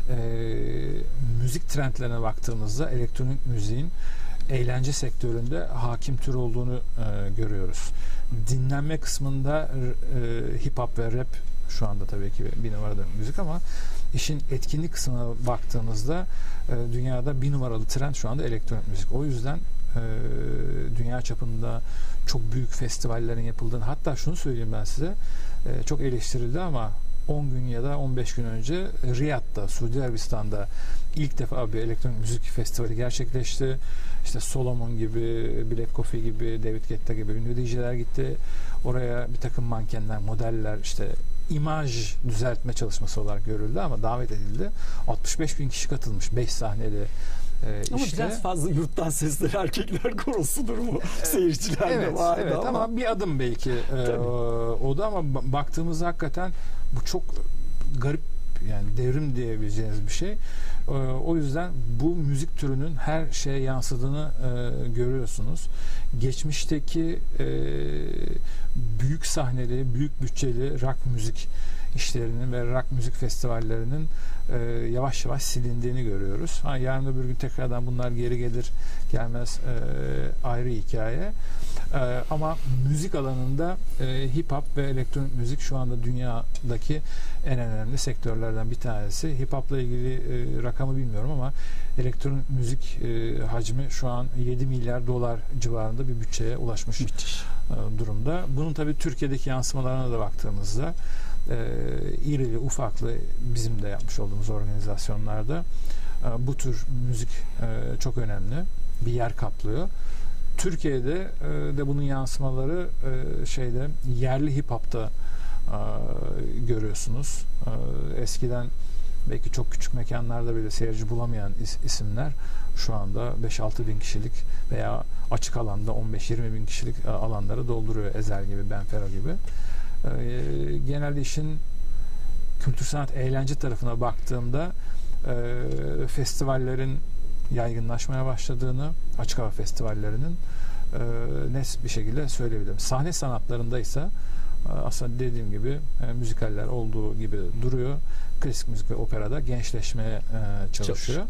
müzik trendlerine baktığımızda elektronik müziğin eğlence sektöründe hakim tür olduğunu görüyoruz. Dinlenme kısmında hip hop ve rap şu anda tabii ki bir numarada müzik ama işin etkinlik kısmına baktığımızda dünyada bir numaralı trend şu anda elektronik müzik. O yüzden dünya çapında çok büyük festivallerin yapıldığını, hatta şunu söyleyeyim ben size, çok eleştirildi ama 10 gün ya da 15 gün önce Riyad'da, Suudi Arabistan'da ilk defa bir elektronik müzik festivali gerçekleşti. İşte Solomon gibi, Black Coffee gibi, David Guetta gibi ünlü DJ'ler gitti. Oraya bir takım mankenler, modeller, işte imaj düzeltme çalışması olarak görüldü ama davet edildi. 65 bin kişi katılmış 5 sahneli ama işte. biraz fazla yurttan sesler erkekler korosu durumu seyirciler evet, de vardı evet, ama bir adım belki o da ama baktığımızda hakikaten bu çok garip, yani devrim diyebileceğiniz bir şey. O yüzden bu müzik türünün her şeye yansıdığını görüyorsunuz. Geçmişteki büyük sahneli, büyük bütçeli rock müzik işlerinin ve rock müzik festivallerinin yavaş yavaş silindiğini görüyoruz. Yarın öbür gün tekrardan bunlar geri gelir gelmez ayrı hikaye. Ama müzik alanında hip hop ve elektronik müzik şu anda dünyadaki en önemli sektörlerden bir tanesi. Hip hop'la ilgili rakamı bilmiyorum ama elektronik müzik hacmi şu an 7 milyar dolar civarında bir bütçeye ulaşmış durumda. Bunun tabii Türkiye'deki yansımalarına da baktığımızda irili ufaklı bizim de yapmış olduğumuz organizasyonlarda bu tür müzik çok önemli bir yer kaplıyor. Türkiye'de de bunun yansımaları yerli hip hop'ta görüyorsunuz. Eskiden belki çok küçük mekanlarda bile seyirci bulamayan isimler şu anda 5-6 bin kişilik veya açık alanda 15-20 bin kişilik alanları dolduruyor. Ezel gibi, Benfero gibi. Genelde işin kültür sanat eğlence tarafına baktığımda festivallerin yaygınlaşmaya başladığını, açık hava festivallerinin net bir şekilde söyleyebilirim. Sahne sanatlarında ise aslında dediğim gibi müzikaller olduğu gibi duruyor. Klasik müzik ve operada gençleşmeye çalışıyor.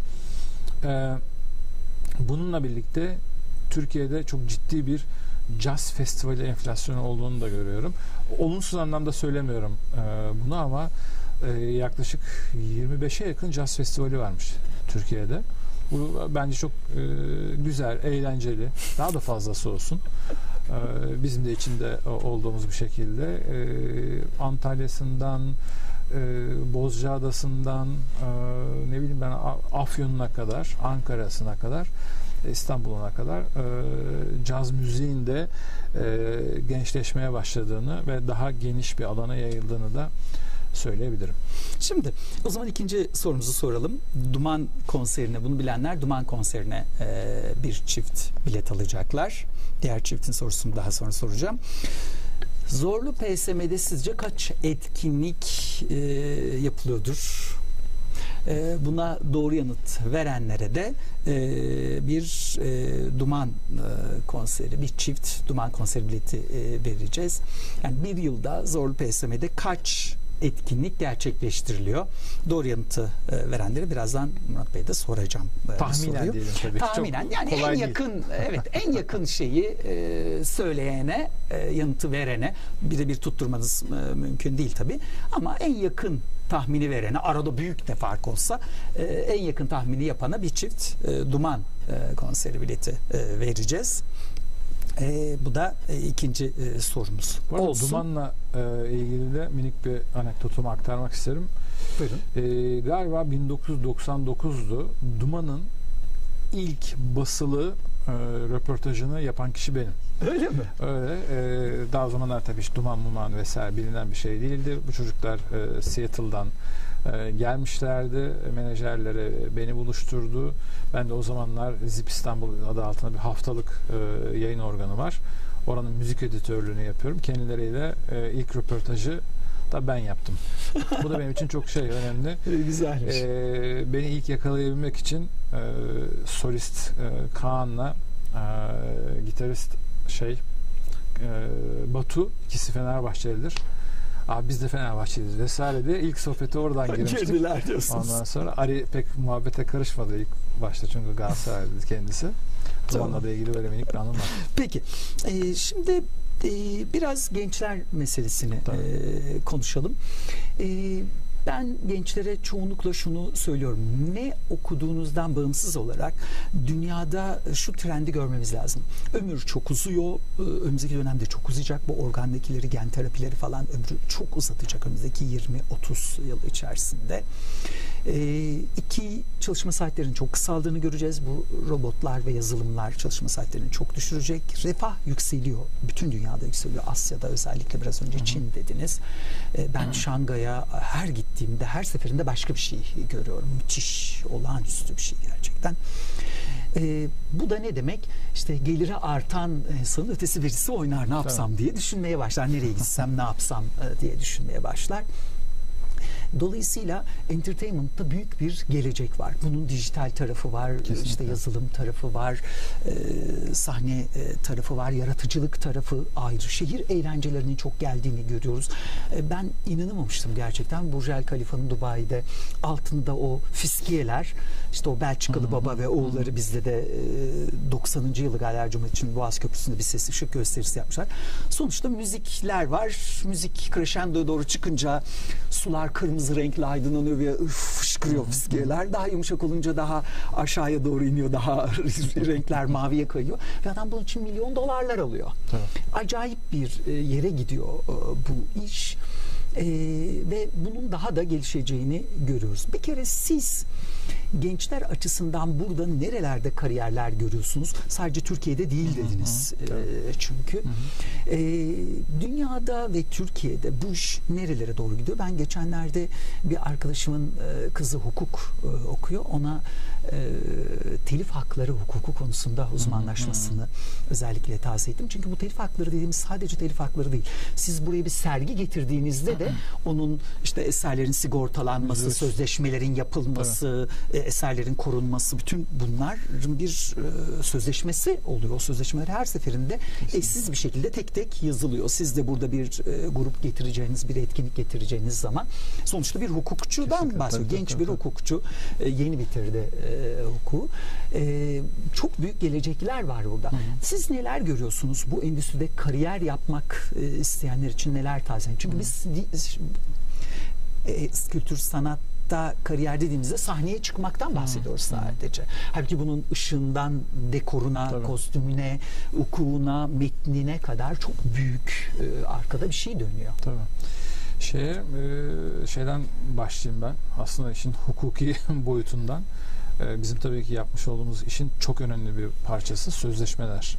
Bununla birlikte Türkiye'de çok ciddi bir caz festivali enflasyonu olduğunu da görüyorum. Olumsuz anlamda söylemiyorum bunu ama yaklaşık 25'e yakın caz festivali varmış Türkiye'de. Bu bence çok güzel, eğlenceli. Daha da fazlası olsun. Bizim de içinde olduğumuz bir şekilde Antalya'sından Bozcaada'sından ne bileyim ben Afyon'una kadar, Ankara'sına kadar, İstanbul'una kadar caz müziğin de gençleşmeye başladığını ve daha geniş bir alana yayıldığını da söyleyebilirim. Şimdi o zaman ikinci sorumuzu soralım. Duman konserine, bunu bilenler Duman konserine bir çift bilet alacaklar. Diğer çiftin sorusunu daha sonra soracağım. Zorlu PSM'de sizce kaç etkinlik yapılıyordur? Buna doğru yanıt verenlere de bir Duman konseri, bir çift Duman konseri bileti vereceğiz. Yani bir yılda Zorlu PSM'de kaç etkinlik gerçekleştiriliyor. Doğru yanıtı verenleri birazdan Murat Bey'e de soracağım. Tahminen diyelim tabii. Tahminen çok yani en yakın en yakın şeyi söyleyene, yanıtı verene, bir tutturmanız mümkün değil tabii, ama en yakın tahmini verene, arada büyük de fark olsa en yakın tahmini yapana bir çift Duman konseri bileti vereceğiz. Bu da ikinci sorumuz. Olsun. Duman'la ilgili de minik bir anekdotumu aktarmak isterim. Buyurun. Galiba 1999'du. Duman'ın ilk basılı röportajını yapan kişi benim. Öyle mi? Öyle. Daha o zamanlar tabii işte Duman vesaire bilinen bir şey değildi. Bu çocuklar Seattle'dan gelmişlerdi. Menajerlere beni buluşturdu. Ben de o zamanlar Zip İstanbul adı altında bir haftalık yayın organı var. Oranın müzik editörlüğünü yapıyorum. Kendileriyle ilk röportajı da ben yaptım. Bu da benim için çok önemli. Güzelmiş. Beni ilk yakalayabilmek için solist Kaan'la gitarist Batu, ikisi Fenerbahçelidir. Abi biz de Fenerbahçeliyiz vesaire diye ilk sohbeti oradan girmiştik. Girdiler diyorsunuz. Ondan sonra Ari pek muhabbete karışmadı ilk başta, çünkü Galatasaraylıydı kendisi. Duman'la da ilgili böyle minik bir anım var. Peki. Şimdi biraz gençler meselesini konuşalım. Ben gençlere çoğunlukla şunu söylüyorum. Ne okuduğunuzdan bağımsız olarak dünyada şu trendi görmemiz lazım. Ömür çok uzuyor. Önümüzdeki dönemde çok uzayacak. Bu organdakileri, gen terapileri falan ömrü çok uzatacak önümüzdeki 20-30 yıl içerisinde. Çalışma saatlerinin çok kısaldığını göreceğiz. Bu robotlar ve yazılımlar çalışma saatlerini çok düşürecek. Refah yükseliyor. Bütün dünyada yükseliyor. Asya'da özellikle, biraz önce Çin dediniz. Ben Şangay'a her gittiğimde, her seferinde başka bir şey görüyorum. Müthiş, olağanüstü bir şey gerçekten. Bu da ne demek? İşte geliri artan insanın ötesi birisi oynar, ne yapsam diye düşünmeye başlar. Nereye gitsem, ne yapsam diye düşünmeye başlar. Dolayısıyla entertainment'ta büyük bir gelecek var. Bunun dijital tarafı var, kesinlikle. İşte yazılım tarafı var, sahne tarafı var, yaratıcılık tarafı ayrı. Şehir eğlencelerinin çok geldiğini görüyoruz. Ben inanamamıştım gerçekten. Burj Al Khalifa'nın Dubai'de altında o fiskiyeler, işte o Belçikalı baba ve oğulları, bizde de 90. yılı galiba Cumhuriyet için Boğaz Köprüsü'nde bir ses ışık gösterisi yapmışlar. Sonuçta müzikler var. Müzik crescendo'ya doğru çıkınca sular kırmızı renkli aydınlanıyor ve fışkırıyor fiskiyeler. Daha yumuşak olunca daha aşağıya doğru iniyor. Daha renkler maviye kayıyor. Ve adam bunun için $milyon alıyor. Tabii. Acayip bir yere gidiyor bu iş. Ve bunun daha da gelişeceğini görüyoruz. Bir kere siz gençler açısından burada nerelerde kariyerler görüyorsunuz? Sadece Türkiye'de değil dediniz. Çünkü dünyada ve Türkiye'de bu iş nerelere doğru gidiyor? Ben geçenlerde bir arkadaşımın kızı hukuk okuyor. Ona telif hakları hukuku konusunda uzmanlaşmasını özellikle tavsiye ettim. Çünkü bu telif hakları dediğimiz sadece telif hakları değil. Siz buraya bir sergi getirdiğinizde de onun işte eserlerin sigortalanması, sözleşmelerin yapılması, eserlerin korunması, bütün bunların bir sözleşmesi oluyor. O sözleşmeler her seferinde eşsiz bir şekilde tek tek yazılıyor. Siz de burada bir grup getireceğiniz, bir etkinlik getireceğiniz zaman sonuçta bir hukukçudan bahsediyor. Genç bir hukukçu, yeni bitirdi hukuku. Çok büyük gelecekler var burada. Siz neler görüyorsunuz? Bu endüstride kariyer yapmak isteyenler için neler tavsiye? Çünkü biz kültür sanatta kariyer dediğimizde sahneye çıkmaktan bahsediyoruz sadece. Halbuki bunun ışığından dekoruna, kostümüne, hukukuna, metnine kadar çok büyük arkada bir şey dönüyor. Tabii. Şeyden başlayayım ben. Aslında işin hukuki boyutundan. Bizim tabii ki yapmış olduğumuz işin çok önemli bir parçası sözleşmeler.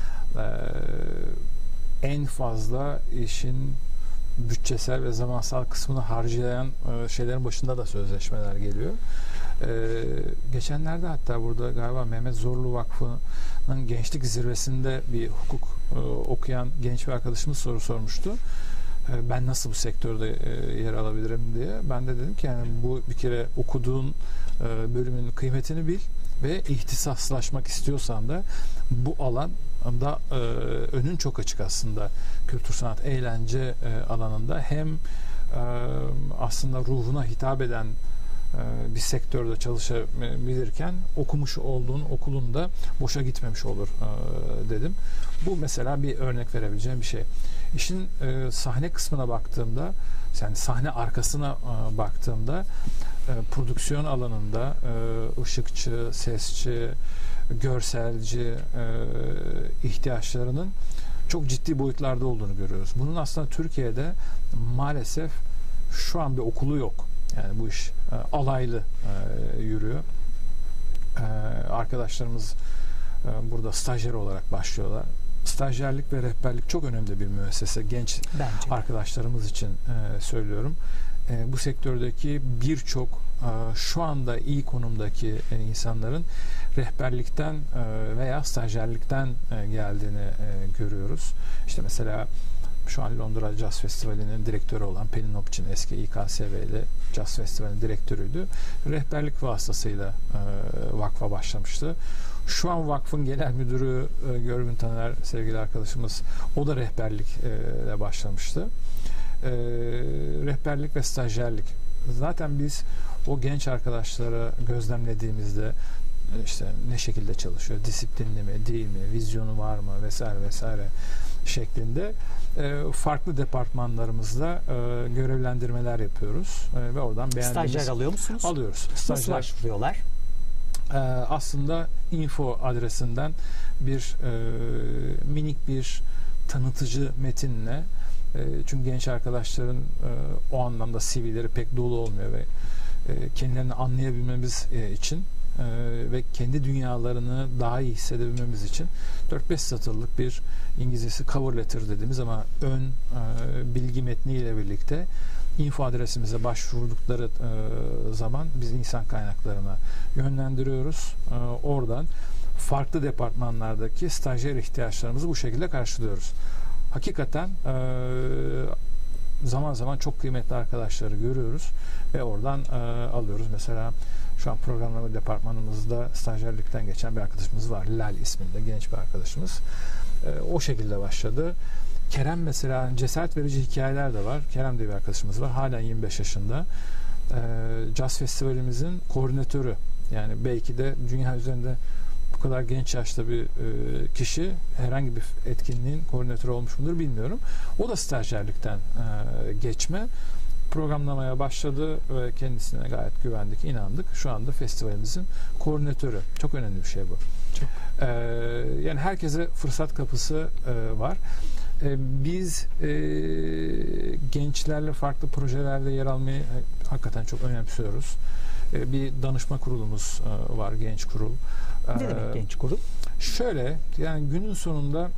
En fazla işin bütçesel ve zamansal kısmını harcayan şeylerin başında da sözleşmeler geliyor. Geçenlerde hatta burada galiba Mehmet Zorlu Vakfı'nın gençlik zirvesinde bir hukuk okuyan genç bir arkadaşımız soru sormuştu. Ben nasıl bu sektörde yer alabilirim diye. Ben de dedim ki yani bu bir kere okuduğun bölümün kıymetini bil ve ihtisaslaşmak istiyorsan da bu alanda önün çok açık aslında. Kültür, sanat, eğlence alanında hem aslında ruhuna hitap eden bir sektörde çalışabilirken okumuş olduğun okulun da boşa gitmemiş olur dedim. Bu mesela bir örnek verebileceğim bir şey. İşin sahne kısmına baktığımda, yani sahne arkasına baktığımda prodüksiyon alanında ışıkçı, sesçi, görselci ihtiyaçlarının çok ciddi boyutlarda olduğunu görüyoruz. Bunun aslında Türkiye'de maalesef şu an bir okulu yok. Yani bu iş alaylı yürüyor. Arkadaşlarımız burada stajyer olarak başlıyorlar. Stajyerlik ve rehberlik çok önemli bir müessese. Genç bence arkadaşlarımız için söylüyorum. Bu sektördeki birçok şu anda iyi konumdaki insanların rehberlikten veya stajyerlikten geldiğini görüyoruz. İşte mesela şu an Londra Jazz Festivali'nin direktörü olan Pelin Hopçin, eski İKSV'li Jazz Festivali'nin direktörüydü. Rehberlik vasıtasıyla vakfa başlamıştı. Şu an vakfın genel müdürü Görgün Taner, sevgili arkadaşımız, o da rehberlikle başlamıştı. Rehberlik ve stajyerlik. Zaten biz o genç arkadaşları gözlemlediğimizde işte ne şekilde çalışıyor, disiplinli mi, değil mi, vizyonu var mı vesaire vesaire şeklinde farklı departmanlarımızda görevlendirmeler yapıyoruz ve oradan beğendiğimiz... Stajyer alıyor musunuz? Alıyoruz. Nasıl başvuruyorlar? Aslında info adresinden bir minik bir tanıtıcı metinle, çünkü genç arkadaşların o anlamda CV'leri pek dolu olmuyor ve kendilerini anlayabilmemiz için ve kendi dünyalarını daha iyi hissedebilmemiz için 4-5 satırlık bir İngilizcesi cover letter dediğimiz ama ön bilgi metniyle birlikte info adresimize başvurdukları zaman biz insan kaynaklarına yönlendiriyoruz. Oradan farklı departmanlardaki stajyer ihtiyaçlarımızı bu şekilde karşılıyoruz. Hakikaten zaman zaman çok kıymetli arkadaşları görüyoruz ve oradan alıyoruz. Mesela şu an programlama departmanımızda stajyerlikten geçen bir arkadaşımız var. Lal isminde genç bir arkadaşımız. O şekilde başladı. Kerem mesela, cesaret verici hikayeler de var. Kerem diye bir arkadaşımız var. Halen 25 yaşında. Jazz Festivalimizin koordinatörü. Yani belki de dünya üzerinde bu kadar genç yaşta bir kişi herhangi bir etkinliğin koordinatörü olmuş mudur bilmiyorum. O da stajyerlikten geçme. Programlamaya başladı ve kendisine gayet güvendik, inandık. Şu anda festivalimizin koordinatörü. Çok önemli bir şey bu. Çok. Yani herkese fırsat kapısı var. Biz gençlerle farklı projelerde yer almayı hakikaten çok önemsiyoruz. Bir danışma kurulumuz var, genç kurul. Ne demek genç kurul? Şöyle, yani günün sonunda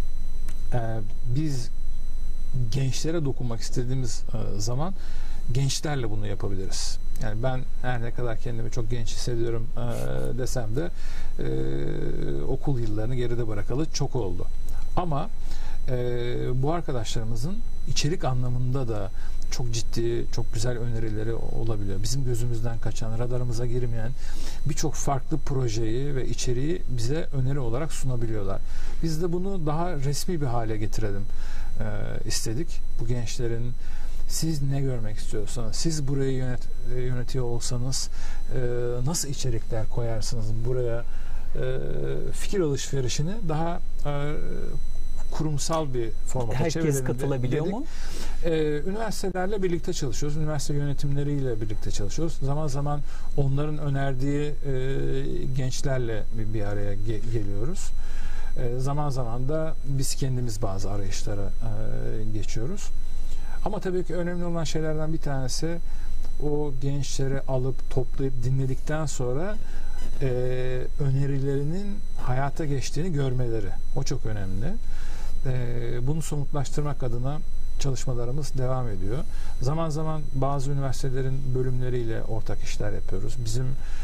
biz gençlere dokunmak istediğimiz zaman gençlerle bunu yapabiliriz. Yani ben her ne kadar kendimi çok genç hissediyorum desem de okul yıllarını geride bırakalı çok oldu. Ama bu arkadaşlarımızın içerik anlamında da çok ciddi, çok güzel önerileri olabiliyor. Bizim gözümüzden kaçan, radarımıza girmeyen birçok farklı projeyi ve içeriği bize öneri olarak sunabiliyorlar. Biz de bunu daha resmi bir hale getirelim istedik. Bu gençlerin siz ne görmek istiyorsanız, siz burayı yönetiyor olsanız nasıl içerikler koyarsınız buraya, fikir alışverişini daha kurumsal bir formata çevirelim. Herkes katılabiliyor dedik. mu? Üniversitelerle birlikte çalışıyoruz. Üniversite yönetimleriyle birlikte çalışıyoruz. Zaman zaman onların önerdiği gençlerle bir araya geliyoruz. Zaman zaman da biz kendimiz bazı arayışlara geçiyoruz. Ama tabii ki önemli olan şeylerden bir tanesi o gençleri alıp toplayıp dinledikten sonra önerilerinin hayata geçtiğini görmeleri. O çok önemli. Bunu somutlaştırmak adına çalışmalarımız devam ediyor. Zaman zaman bazı üniversitelerin bölümleriyle ortak işler yapıyoruz. Bizim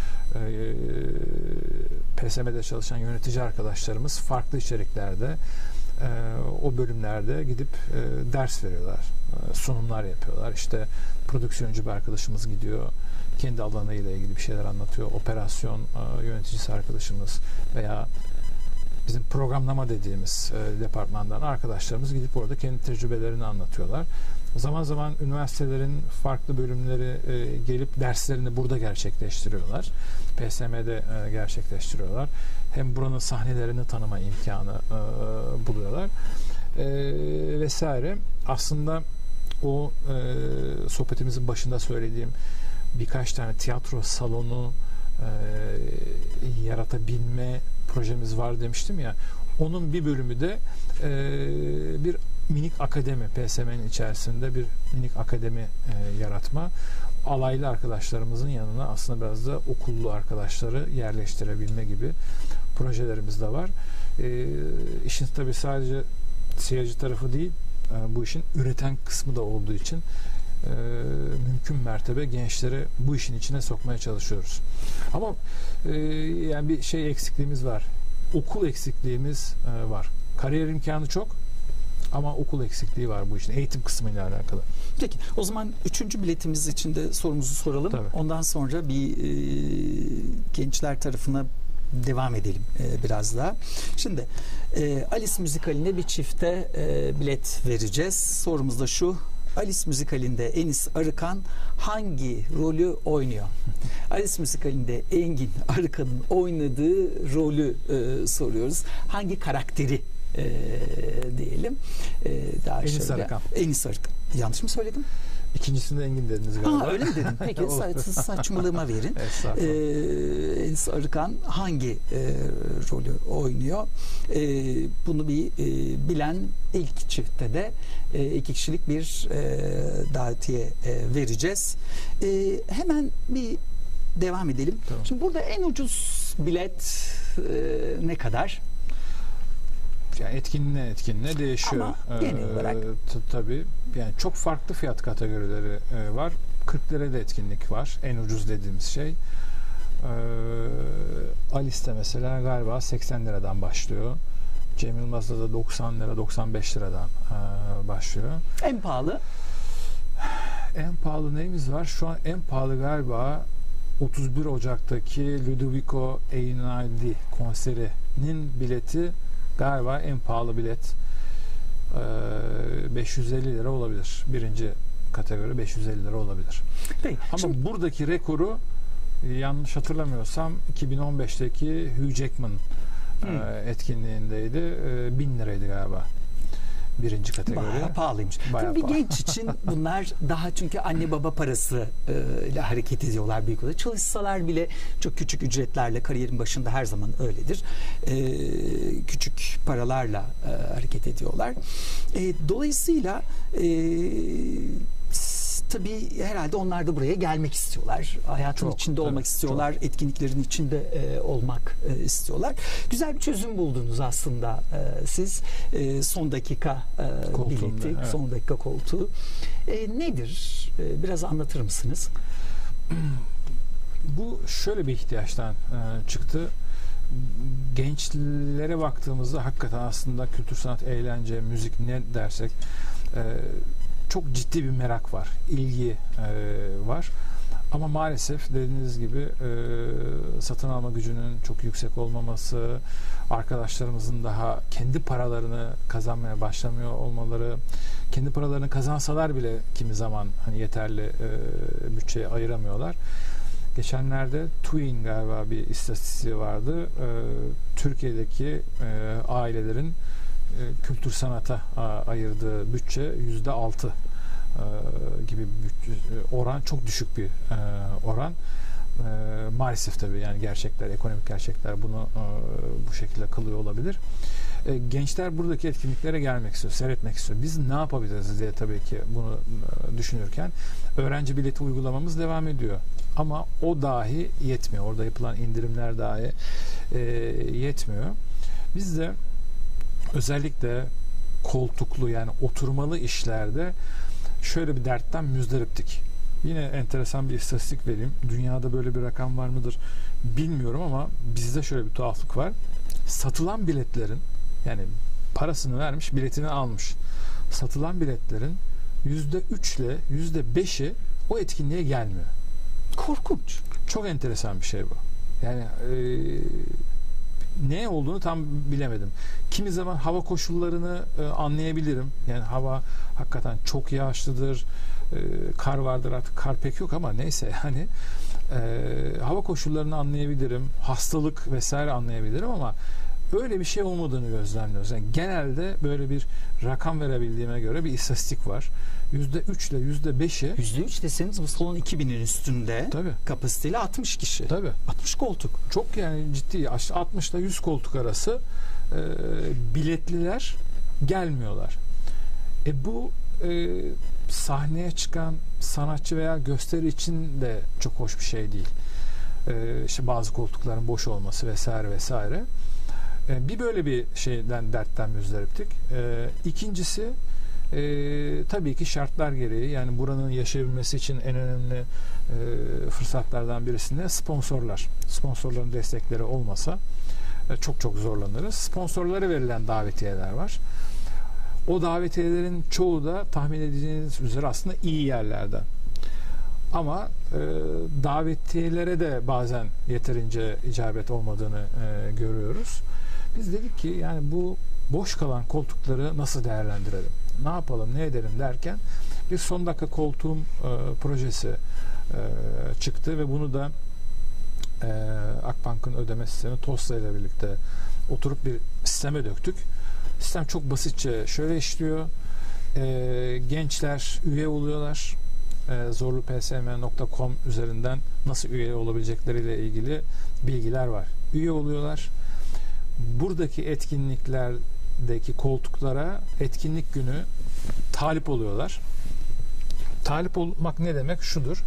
PSM'de çalışan yönetici arkadaşlarımız farklı içeriklerde o bölümlerde gidip ders veriyorlar. Sunumlar yapıyorlar. İşte prodüksiyoncu bir arkadaşımız gidiyor. Kendi alanıyla ilgili bir şeyler anlatıyor. Operasyon yöneticisi arkadaşımız veya bizim programlama dediğimiz departmandan arkadaşlarımız gidip orada kendi tecrübelerini anlatıyorlar. Zaman zaman üniversitelerin farklı bölümleri gelip derslerini burada gerçekleştiriyorlar. PSM'de gerçekleştiriyorlar. Hem buranın sahnelerini tanıma imkanı buluyorlar. Vesaire. Aslında o sohbetimizin başında söylediğim birkaç tane tiyatro salonu yaratabilme projemiz var demiştim ya. Onun bir bölümü de bir minik akademi, PSM'nin içerisinde bir minik akademi yaratma. Alaylı arkadaşlarımızın yanına aslında biraz da okullu arkadaşları yerleştirebilme gibi projelerimiz de var. İşin tabii sadece seyirci tarafı değil, bu işin üreten kısmı da olduğu için mümkün mertebe gençleri bu işin içine sokmaya çalışıyoruz. Ama yani bir şey eksikliğimiz var. Okul eksikliğimiz var. Kariyer imkanı çok ama okul eksikliği var bu işin. Eğitim kısmıyla alakalı. Peki o zaman 3. biletimiz için de sorumuzu soralım. Tabii. Ondan sonra bir gençler tarafına devam edelim biraz daha. Şimdi Alice müzikaline bir çifte bilet vereceğiz. Sorumuz da şu: Alice müzikalinde Enis Arıkan hangi rolü oynuyor? Alice müzikalinde Engin Arıkan'ın oynadığı rolü soruyoruz. Hangi karakteri diyelim? Daha Enis Arıkan. Enis Arıkan. Yanlış mı söyledim? İkincisinde Engin dediniz galiba. Ha, öyle mi dedim? Peki saçmalığıma verin. Enis Arıkan hangi rolü oynuyor? Bunu bir bilen ilk çiftte de 2 kişilik bir davetiye vereceğiz. Hemen bir devam edelim. Tamam. Şimdi burada en ucuz bilet ne kadar? Yani etkinliğe değişiyor. Ama genel olarak. Tabii. Yani çok farklı fiyat kategorileri var. 40 lirada etkinlik var. En ucuz dediğimiz şey. Alice'de mesela galiba 80 liradan başlıyor. Cem Yılmaz'da da 90 lira, 95 liradan başlıyor. En pahalı? En pahalı neyimiz var? Şu an en pahalı galiba 31 Ocak'taki Ludovico Einaudi konserinin bileti galiba en pahalı bilet. 550 lira olabilir. Birinci kategori 550 lira olabilir. Peki, ama şimdi buradaki rekoru yanlış hatırlamıyorsam 2015'teki Hugh Jackman etkinliğindeydi. 1000 liraydı galiba. Birinci kategori. Bayağı pahalıymış. Bayağı Tabii pahalı. bir genç için bunlar daha, çünkü anne baba parası ile hareket ediyorlar büyük olarak. Çalışsalar bile çok küçük ücretlerle, kariyerin başında her zaman öyledir. Küçük paralarla hareket ediyorlar. Dolayısıyla tabii herhalde onlar da buraya gelmek istiyorlar. Hayatın Çok, içinde tabii, olmak istiyorlar. çok. Etkinliklerin içinde olmak istiyorlar. Güzel bir çözüm buldunuz aslında siz. Son dakika Koltuğunda, bileti, evet. son dakika koltuğu. Nedir? Biraz anlatır mısınız? Bu şöyle bir ihtiyaçtan çıktı. Gençlere baktığımızda hakikaten aslında kültür, sanat, eğlence, müzik ne dersek çok ciddi bir merak var, ilgi var. Ama maalesef dediğiniz gibi satın alma gücünün çok yüksek olmaması, arkadaşlarımızın daha kendi paralarını kazanmaya başlamıyor olmaları, kendi paralarını kazansalar bile kimi zaman hani yeterli bütçeye ayıramıyorlar. Geçenlerde TÜİ'nin galiba bir istatistiği vardı. Türkiye'deki ailelerin kültür sanata ayırdığı bütçe %6 gibi oran, çok düşük bir oran. Maalesef tabii, yani gerçekler, ekonomik gerçekler bunu bu şekilde kılıyor olabilir. Gençler buradaki etkinliklere gelmek istiyor, seyretmek istiyor. Biz ne yapabiliriz diye tabii ki bunu düşünürken öğrenci bileti uygulamamız devam ediyor. Ama o dahi yetmiyor. Orada yapılan indirimler dahi yetmiyor. Biz de özellikle koltuklu, yani oturmalı işlerde şöyle bir dertten müzdariptik. Yine enteresan bir istatistik vereyim. Dünyada böyle bir rakam var mıdır bilmiyorum ama bizde şöyle bir tuhaflık var. Satılan biletlerin, yani parasını vermiş, biletini almış, satılan biletlerin %3 ile %5'i o etkinliğe gelmiyor. Korkunç. Çok enteresan bir şey bu. Yani ne olduğunu tam bilemedim. Kimi zaman hava koşullarını anlayabilirim. Yani hava hakikaten çok yağışlıdır. Kar vardır, artık kar pek yok ama neyse yani hava koşullarını anlayabilirim. Hastalık vesaire anlayabilirim ama böyle bir şey olmadığını gözlemliyoruz. Yani genelde böyle bir rakam verebildiğime göre bir istatistik var. %3 ile %5'i. %3 deseniz bu salon 2000'in üstünde. Tabii. Kapasiteli 60 kişi. Tabii. 60 koltuk. Çok yani ciddi. 60 ile 100 koltuk arası biletliler gelmiyorlar. Bu sahneye çıkan sanatçı veya gösteri için de çok hoş bir şey değil. İşte bazı koltukların boş olması vesaire vesaire. Bir böyle bir dertten müzdariptik. İkincisi tabii ki şartlar gereği, yani buranın yaşayabilmesi için en önemli fırsatlardan birisinde sponsorlar. Sponsorların destekleri olmasa çok çok zorlanırız. Sponsorlara verilen davetiyeler var. O davetiyelerin çoğu da tahmin edeceğiniz üzere aslında iyi yerlerden. Ama davetiyelere de bazen yeterince icabet olmadığını görüyoruz. Biz dedik ki yani bu boş kalan koltukları nasıl değerlendirelim? Ne yapalım, ne edelim derken bir son dakika koltuğum projesi çıktı ve bunu da Akbank'ın ödeme sistemi TOS'la ile birlikte oturup bir sisteme döktük. Sistem çok basitçe şöyle işliyor. Gençler üye oluyorlar. zorlupsm.com üzerinden nasıl üye olabilecekleriyle ilgili bilgiler var. Üye oluyorlar. Buradaki etkinliklerdeki koltuklara etkinlik günü talip oluyorlar. Talip olmak ne demek? Şudur.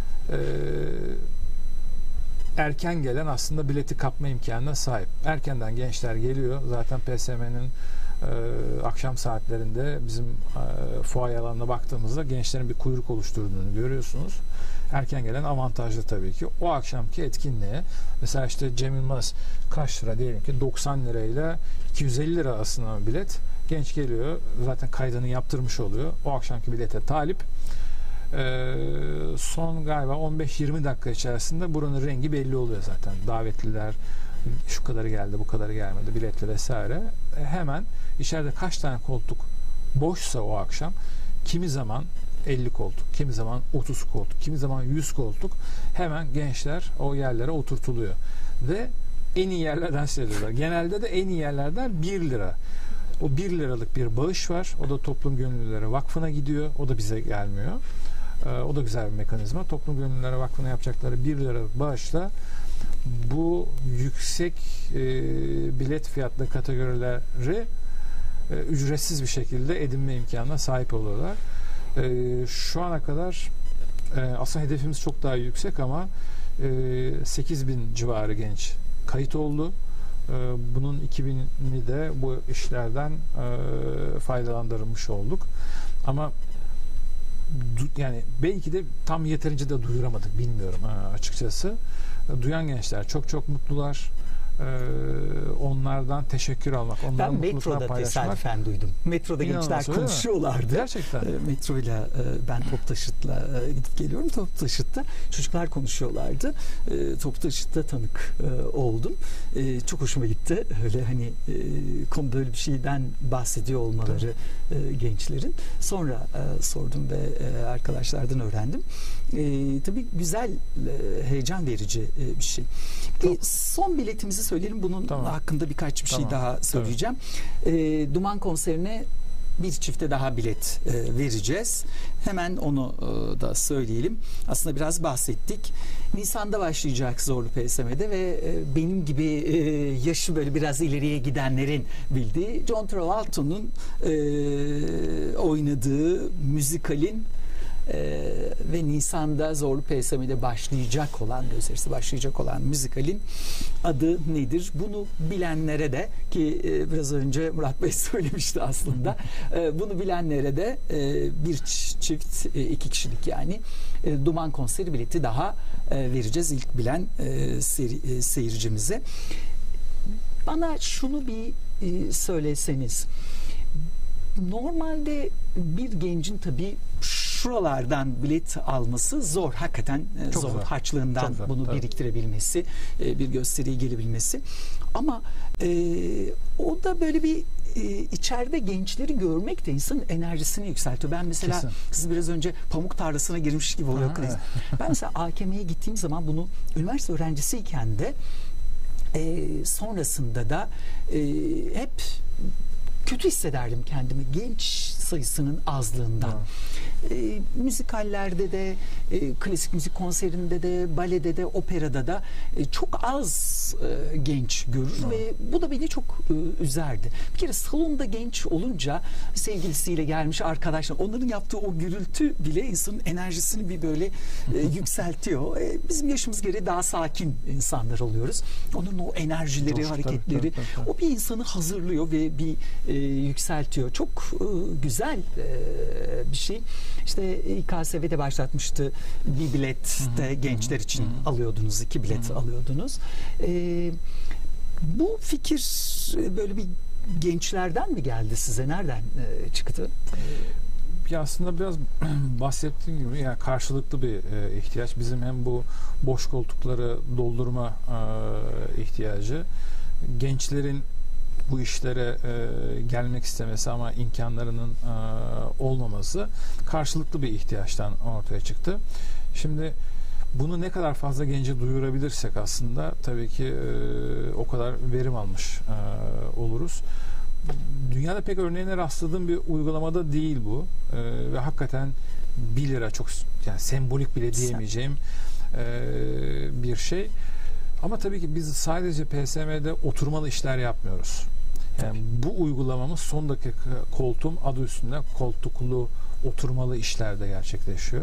Erken gelen aslında bileti kapma imkanına sahip. Erkenden gençler geliyor. Zaten PSM'nin akşam saatlerinde bizim fuaye alanına baktığımızda gençlerin bir kuyruk oluşturduğunu görüyorsunuz. Erken gelen avantajlı tabii ki. O akşamki etkinliğe mesela işte Cem Yılmaz kaç lira, diyelim ki 90 lirayla 250 lira aslında bilet. Genç geliyor. Zaten kaydını yaptırmış oluyor. O akşamki bilete talip. Son galiba 15-20 dakika içerisinde buranın rengi belli oluyor zaten. Davetliler şu kadarı geldi, bu kadarı gelmedi, biletli vesaire. Hemen içeride kaç tane koltuk boşsa o akşam, kimi zaman 50 koltuk, kimi zaman 30 koltuk, kimi zaman 100 koltuk, hemen gençler o yerlere oturtuluyor. Ve en iyi yerlerden seçiliyorlar. Genelde de en iyi yerlerden 1 lira. O 1 liralık bir bağış var. O da Toplum Gönüllüleri Vakfı'na gidiyor. O da bize gelmiyor. O da güzel bir mekanizma. Toplum Gönüllüleri Vakfı'na yapacakları 1 liralık bağışla bu yüksek bilet fiyatlı kategorileri ücretsiz bir şekilde edinme imkanına sahip oluyorlar. Şu ana kadar aslında hedefimiz çok daha yüksek ama 8.000 civarı genç kayıt oldu. Bunun 2000'ini de bu işlerden faydalandırılmış olduk. Ama yani belki de tam yeterince de duyuramadık, bilmiyorum açıkçası. Duyan gençler çok çok mutlular. Onlardan teşekkür almak, onların mutluluklarını paylaşmak. Ben metroda tesadüfen duydum. Metroda gençler konuşuyorlardı. Gerçekten. Metroyla ben Toptaşıt'la gidip geliyorum. Toptaşıt'ta çocuklar konuşuyorlardı. Toptaşıt'ta tanık oldum. Çok hoşuma gitti. Öyle hani böyle bir şeyden bahsediyor olmaları gençlerin. Sonra sordum ve arkadaşlardan öğrendim. Tabii güzel, heyecan verici bir şey. Son biletimizi söyleyelim. Bunun hakkında birkaç bir şey daha söyleyeceğim. Duman konserine bir çifte daha bilet vereceğiz. Hemen onu da söyleyelim. Aslında biraz bahsettik. Nisan'da başlayacak Zorlu PSM'de ve benim gibi yaşı böyle biraz ileriye gidenlerin bildiği John Travolta'nın oynadığı müzikalin ve Nisan'da Zorlu PSM'de gösterisi başlayacak olan müzikalin adı nedir? Bunu bilenlere de, ki biraz önce Murat Bey söylemişti aslında, bunu bilenlere de bir çift, 2 kişilik yani Duman konseri bileti daha vereceğiz ilk bilen seyircimize. Bana şunu bir söyleseniz, normalde bir gencin tabii şuralardan bilet alması zor. Hakikaten Çok zor. zor. Harçlığından Çok zor, bunu tabii. biriktirebilmesi, bir gösteriye gelebilmesi. Ama o da böyle bir içeride gençleri görmek de insanın enerjisini yükseltiyor. Ben mesela Kesin. siz biraz önce pamuk tarlasına girmiş gibi oluyor. Evet. Ben mesela AKM'ye gittiğim zaman bunu üniversite öğrencisiyken de sonrasında da hep kötü hissederdim kendimi genç sayısının azlığından. Müzikallerde de, klasik müzik konserinde de, balede de, operada da çok az genç görür ve bu da beni çok üzerdi. Bir kere salonda genç olunca sevgilisiyle gelmiş arkadaşlar, onların yaptığı o gürültü bile insanın enerjisini bir böyle yükseltiyor. Bizim yaşımız gereği daha sakin insanlar oluyoruz. Onların o enerjileri, Coşku, hareketleri tabii. o bir insanı hazırlıyor ve bir yükseltiyor. Çok güzel bir şey. İşte İKSV'de başlatmıştı. Bir bilet de gençler için alıyordunuz. 2 bilet alıyordunuz. Bu fikir böyle bir gençlerden mi geldi size? Nereden çıktı? Ya aslında biraz bahsettiğim gibi yani karşılıklı bir ihtiyaç. Bizim hem bu boş koltukları doldurma ihtiyacı, gençlerin bu işlere gelmek istemesi ama imkanlarının olmaması karşılıklı bir ihtiyaçtan ortaya çıktı. Şimdi bunu ne kadar fazla gence duyurabilirsek aslında tabii ki o kadar verim almış oluruz. Dünyada pek örneğine rastladığım bir uygulamada değil bu. Ve hakikaten 1 lira çok yani sembolik bile diyemeyeceğim bir şey. Ama tabii ki biz sadece PSM'de oturmalı işler yapmıyoruz. Yani bu uygulamamız son dakika koltuğum adı üstünde koltuklu oturmalı işlerde gerçekleşiyor.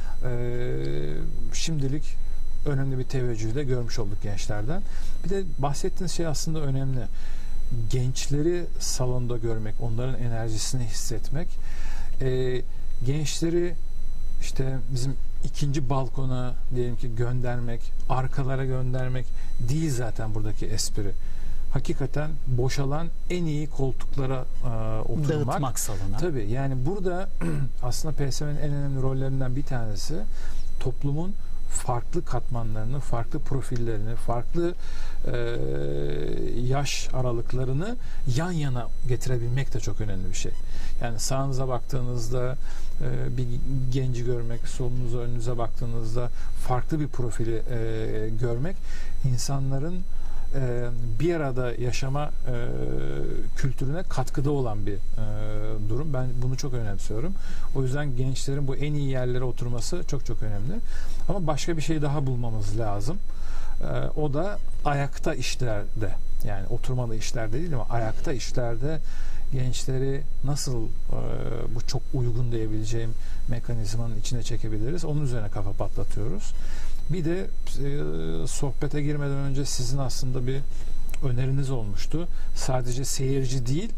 Şimdilik önemli bir teveccühle görmüş olduk gençlerden. Bir de bahsettiğiniz şey aslında önemli. Gençleri salonda görmek, onların enerjisini hissetmek, gençleri işte bizim ikinci balkona diyelim ki göndermek, arkalara göndermek değil zaten buradaki espri. Hakikaten boşalan en iyi koltuklara oturmak. Dağıtmak salona. Tabii yani burada aslında PSM'nin en önemli rollerinden bir tanesi toplumun farklı katmanlarını, farklı profillerini, farklı yaş aralıklarını yan yana getirebilmek de çok önemli bir şey. Yani sağınıza baktığınızda bir genci görmek, solunuza, önünüze baktığınızda farklı bir profili görmek insanların bir arada yaşama kültürüne katkıda olan bir durum. Ben bunu çok önemsiyorum. O yüzden gençlerin bu en iyi yerlere oturması çok çok önemli. Ama başka bir şey daha bulmamız lazım. O da ayakta işlerde, yani oturmalı işlerde değil ama ayakta işlerde gençleri nasıl bu çok uygun diyebileceğim mekanizmanın içine çekebiliriz. Onun üzerine kafa patlatıyoruz. Bir de sohbete girmeden önce sizin aslında bir öneriniz olmuştu. Sadece seyirci değil,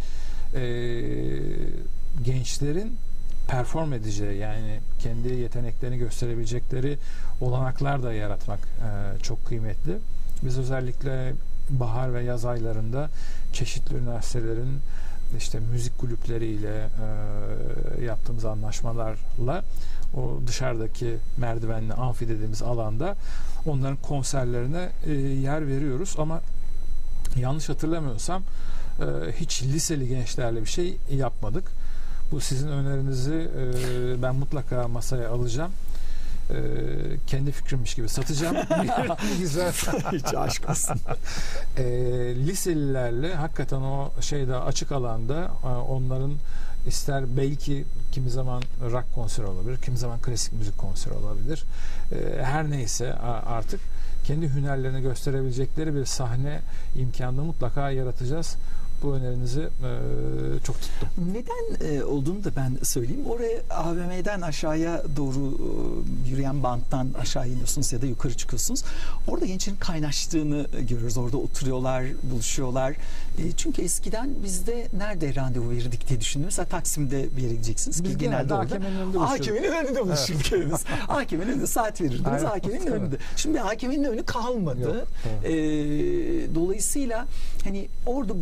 gençlerin perform edeceği, yani kendi yeteneklerini gösterebilecekleri olanaklar da yaratmak çok kıymetli. Biz özellikle bahar ve yaz aylarında çeşitli üniversitelerin işte müzik kulüpleriyle yaptığımız anlaşmalarla o dışarıdaki merdivenli amfi dediğimiz alanda onların konserlerine yer veriyoruz ama yanlış hatırlamıyorsam hiç liseli gençlerle bir şey yapmadık. Bu sizin önerinizi ben mutlaka masaya alacağım. Kendi fikrimmiş gibi satacağım. Güzel. Hiç aşk olsun. Liselilerle hakikaten o şeyde açık alanda onların ister belki kimi zaman rock konseri olabilir, kimi zaman klasik müzik konseri olabilir. Her neyse artık kendi hünerlerini gösterebilecekleri bir sahne imkanını mutlaka yaratacağız. Bu önerinizi çok tuttum. Neden olduğunu da ben söyleyeyim. Oraya AVM'den aşağıya doğru yürüyen banttan aşağı iniyorsunuz ya da yukarı çıkıyorsunuz. Orada gençlerin kaynaştığını görüyoruz. Orada oturuyorlar, buluşuyorlar. Çünkü eskiden bizde nerede randevu verirdik diye düşündüm. Mesela Taksim'de bir yere gideceksiniz. Biz genelde orada. AKM'nin önünde buluşuyorduk. AKM'nin önünde buluşurduk. AKM'nin önünde saat verirdiniz. AKM'nin önünde. Şimdi AKM'nin önü kalmadı. Yok, Dolayısıyla hani orada buluştukları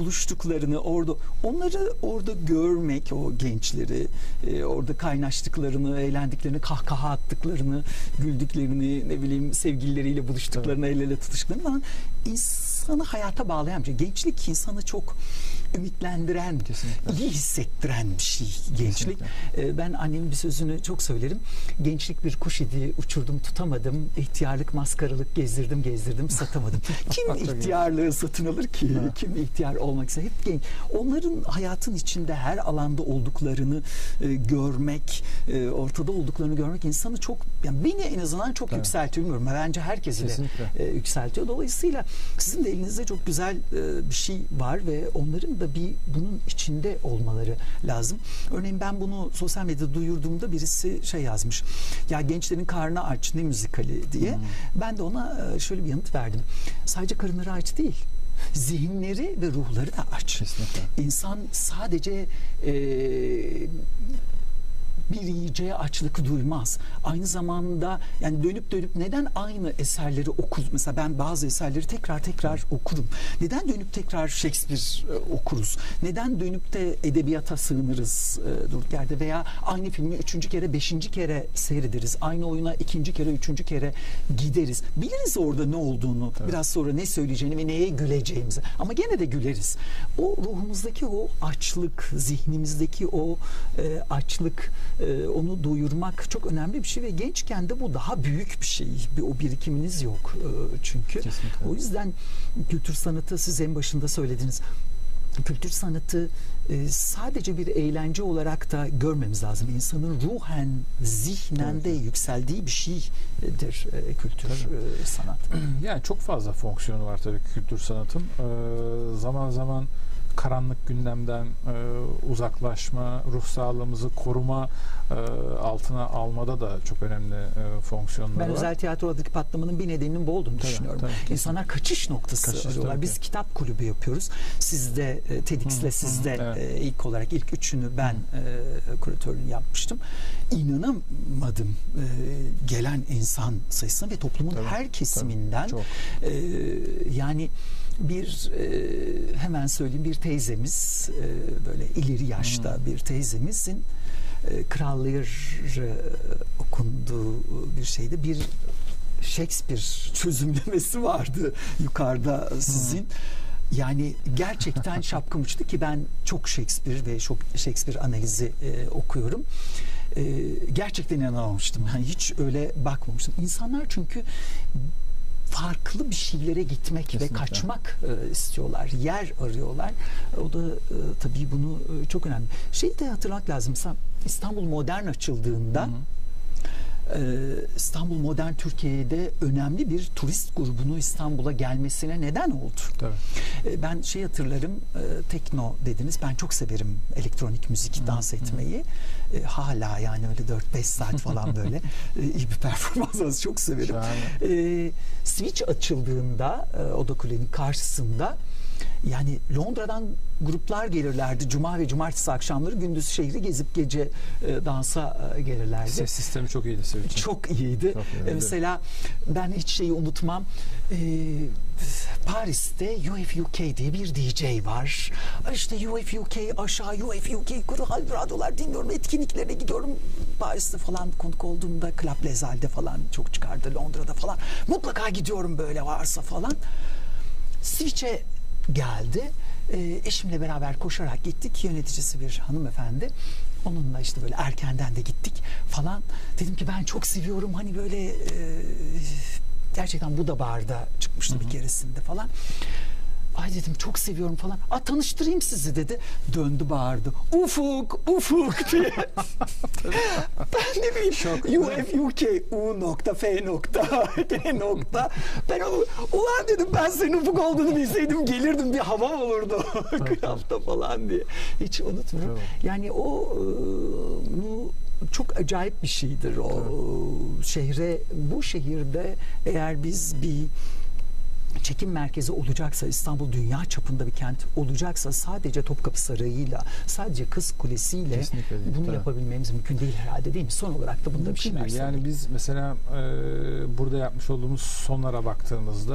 olduklarını, onları orada görmek, o gençleri orada kaynaştıklarını, eğlendiklerini, kahkaha attıklarını, güldüklerini, ne bileyim sevgilileriyle buluştuklarını, el ele tutuştuklarını falan, insanı hayata bağlayan bir şey. Gençlik insanı çok ümitlendiren, iyi hissettiren bir şey gençlik. Ben annemin bir sözünü çok söylerim. Gençlik bir kuş idi, uçurdum tutamadım. İhtiyarlık maskaralık gezdirdim satamadım. Kim ihtiyarlığı satın alır ki? Kim ihtiyar olmak ister? Hep genç. Onların hayatın içinde her alanda olduklarını görmek, ortada olduklarını görmek insanı çok, yani beni en azından çok yükseltiyor. Bilmiyorum. Bence herkesi de yükseltiyor. Dolayısıyla sizin de elinizde çok güzel bir şey var ve onların da bunun içinde olmaları lazım. Örneğin ben bunu sosyal medyada duyurduğumda birisi şey yazmış. Ya gençlerin karnı aç, ne müzikali diye. Ben de ona şöyle bir yanıt verdim. Sadece karınları aç değil, zihinleri ve ruhları da aç. Kesinlikle. İnsan sadece bir yiyeceğe açlık duymaz. Aynı zamanda yani dönüp neden aynı eserleri okuruz? Mesela ben bazı eserleri tekrar okurum. Neden dönüp tekrar Shakespeare okuruz? Neden dönüp de edebiyata sığınırız durduk yerde? Veya aynı filmi 3. kere, 5. kere seyrederiz. Aynı oyuna 2. kere, 3. kere gideriz. Biliriz orada ne olduğunu, biraz sonra ne söyleyeceğini ve neye güleceğimizi. Ama gene de güleriz. O ruhumuzdaki o açlık, zihnimizdeki o açlık, onu doyurmak çok önemli bir şey ve gençken de bu daha büyük bir şey. O birikiminiz yok çünkü. Kesinlikle. O yüzden kültür sanatı, siz en başında söylediniz. Kültür sanatı sadece bir eğlence olarak da görmemiz lazım. İnsanın ruhen, zihnen de yükseldiği bir şeydir kültür sanat. Yani çok fazla fonksiyonu var tabii kültür sanatın. Zaman zaman karanlık gündemden uzaklaşma, ruh sağlığımızı koruma altına almada da çok önemli fonksiyonları var. Ben özel tiyatrodaki patlamanın bir nedeninin bu olduğunu düşünüyorum. İnsanlar kaçış noktası arıyorlar. Biz kitap kulübü yapıyoruz. Sizde TEDx'le sizde ilk olarak ilk üçünü ben kuratörlüğünü yapmıştım. İnanamadım gelen insan sayısına ve toplumun her kesiminden. Yani bir hemen söyleyeyim, bir teyzemiz, böyle ileri yaşta bir teyzemizin Kral Lear okunduğu bir şeyde bir Shakespeare çözümlemesi vardı yukarıda sizin. Yani gerçekten şapkam uçtu ki ben çok Shakespeare ve çok Shakespeare analizi okuyorum. Gerçekten inanamamıştım. Yani hiç öyle bakmamıştım. İnsanlar çünkü farklı bir şeylere gitmek ve kaçmak istiyorlar. Yer arıyorlar. O da tabii bunu çok önemli. Şeyi de hatırlamak lazım. İstanbul Modern açıldığında İstanbul Modern Türkiye'de önemli bir turist grubunu İstanbul'a gelmesine neden oldu. Ben hatırlarım, tekno dediniz. Ben çok severim elektronik müzik, dans etmeyi. Hala yani öyle 4-5 saat falan böyle iyi bir performans, çok severim. Switch açıldığında Oda Kule'nin karşısında yani Londra'dan gruplar gelirlerdi. Cuma ve cumartesi akşamları gündüz şehri gezip gece dansa gelirlerdi. Ses sistemi çok iyiydi. Çok iyiydi. Mesela ben hiç şeyi unutmam. Paris'te UFUK diye bir DJ var. İşte UFUK aşağı, UFUK yukarı radyolar dinliyorum. Etkinliklerine gidiyorum. Paris'te falan konuk olduğumda Club Les Halles falan çok çıkardı. Londra'da falan. Mutlaka gidiyorum böyle varsa falan. Switch'e geldi. Eşimle beraber koşarak gittik. Yöneticisi bir hanımefendi. Onunla işte böyle erkenden de gittik falan. Dedim ki ben çok seviyorum. Hani böyle gerçekten bu da barda çıkmıştı bir keresinde falan. Ay dedim çok seviyorum falan. Tanıştırayım sizi dedi. Döndü bağırdı. Ufuk diye. Ben ne bileyim. UFUK U.F. G. Ben ulan dedim, ben senin Ufuk olduğunu bilseydim gelirdim, bir hava olurdu. Klapta falan diye. Hiç unutmuyorum. Yani bu çok acayip bir şeydir o şehre. Bu şehirde eğer biz bir çekim merkezi olacaksa, İstanbul dünya çapında bir kent olacaksa, sadece Topkapı Sarayı'yla, sadece Kız Kulesi'yle bunu yapabilmemiz mümkün değil herhalde, değil mi? Son olarak da bunda bir şeyler yani biz mesela burada yapmış olduğumuz sonlara baktığımızda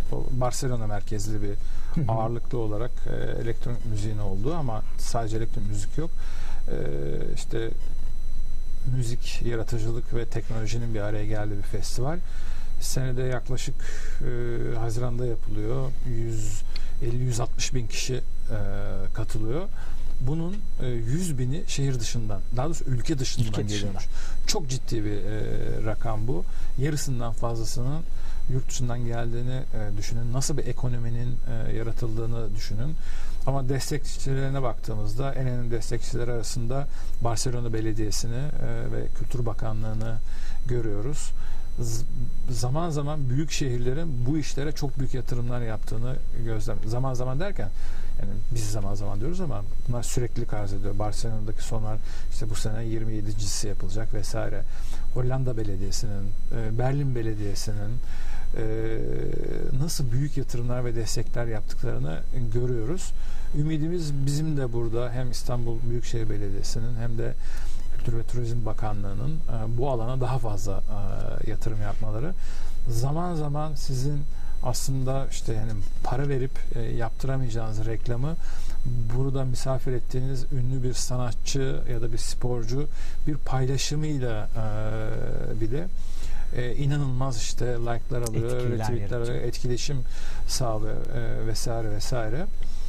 Barcelona merkezli bir ağırlıklı olarak elektronik müziğin olduğu ama sadece elektronik müzik yok. İşte müzik, yaratıcılık ve teknolojinin bir araya geldiği bir festival. Senede yaklaşık Haziran'da yapılıyor. 150-160 bin kişi katılıyor. Bunun 100 bini şehir dışından, daha doğrusu ülke dışından geliyormuş. Çok ciddi bir rakam bu. Yarısından fazlasının yurt dışından geldiğini düşünün. Nasıl bir ekonominin yaratıldığını düşünün. Ama destekçilerine baktığımızda en önemli destekçiler arasında Barcelona Belediyesi'ni ve Kültür Bakanlığı'nı görüyoruz. Zaman zaman büyük şehirlerin bu işlere çok büyük yatırımlar yaptığını zaman zaman derken yani biz zaman zaman diyoruz ama bunlar süreklilik arz ediyor. Barcelona'daki sonlar işte bu sene 27.'si yapılacak vesaire. Hollanda Belediyesi'nin, Berlin Belediyesi'nin nasıl büyük yatırımlar ve destekler yaptıklarını görüyoruz. Ümidimiz bizim de burada hem İstanbul Büyükşehir Belediyesi'nin hem de Kültür ve Turizm Bakanlığı'nın bu alana daha fazla yatırım yapmaları. Zaman zaman sizin aslında işte yani para verip yaptıramayacağınız reklamı burada misafir ettiğiniz ünlü bir sanatçı ya da bir sporcu bir paylaşımıyla bile inanılmaz işte like'lar alıyor, retweet'ler alıyor, etkileşim sağlıyor vesaire vesaire.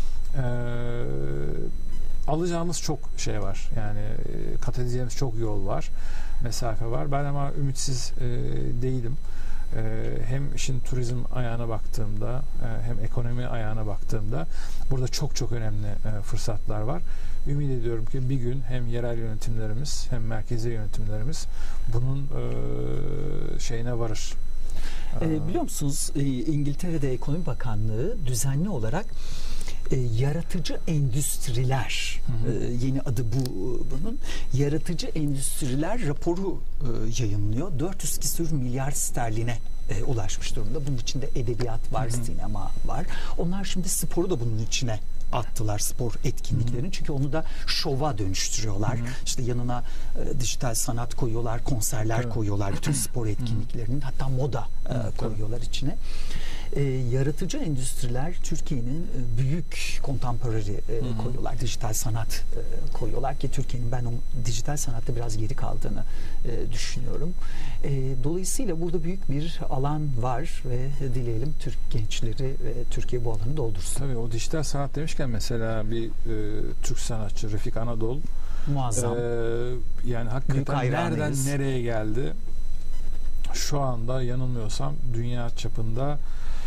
Alacağımız çok şey var. Yani kat edeceğimiz çok yol var. Mesafe var. Ben ama ümitsiz değilim. Hem işin turizm ayağına baktığımda hem ekonomi ayağına baktığımda burada çok çok önemli fırsatlar var. Ümit ediyorum ki bir gün hem yerel yönetimlerimiz hem merkezi yönetimlerimiz bunun şeyine varır. Biliyor musunuz İngiltere'de Ekonomi Bakanlığı düzenli olarak yaratıcı endüstriler yeni adı bunun yaratıcı endüstriler raporu yayınlıyor. 400 küsur milyar sterline ulaşmış durumda. Bunun içinde edebiyat var, sinema var. Onlar şimdi sporu da bunun içine attılar, spor etkinliklerini. Çünkü onu da şova dönüştürüyorlar. İşte yanına dijital sanat koyuyorlar, konserler koyuyorlar. Bütün spor etkinliklerinin hatta moda koyuyorlar içine. Yaratıcı endüstriler Türkiye'nin büyük contemporary koyuyorlar. Dijital sanat koyuyorlar ki Türkiye'nin ben o dijital sanatta biraz geri kaldığını düşünüyorum. Dolayısıyla burada büyük bir alan var ve dileyelim Türk gençleri ve Türkiye bu alanı doldursun. Tabii o dijital sanat demişken mesela bir Türk sanatçı Refik Anadol muazzam. Yani hakikaten nereden nereye geldi? Şu anda yanılmıyorsam dünya çapında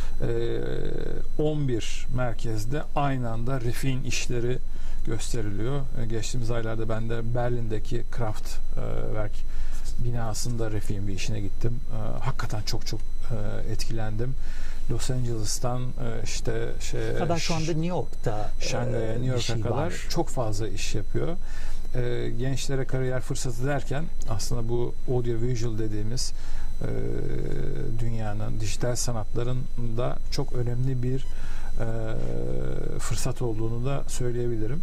11 merkezde aynı anda Refik'in işleri gösteriliyor. Geçtiğimiz aylarda ben de Berlin'deki Kraftwerk binasında Refik'in bir işine gittim. Hakikaten çok çok etkilendim. Los Angeles'tan işte kadar şu anda New York'ta Şangay'a, New York'a kadar var. Çok fazla iş yapıyor. Gençlere kariyer fırsatı derken aslında bu audio visual dediğimiz dünyanın dijital sanatların da çok önemli bir fırsat olduğunu da söyleyebilirim.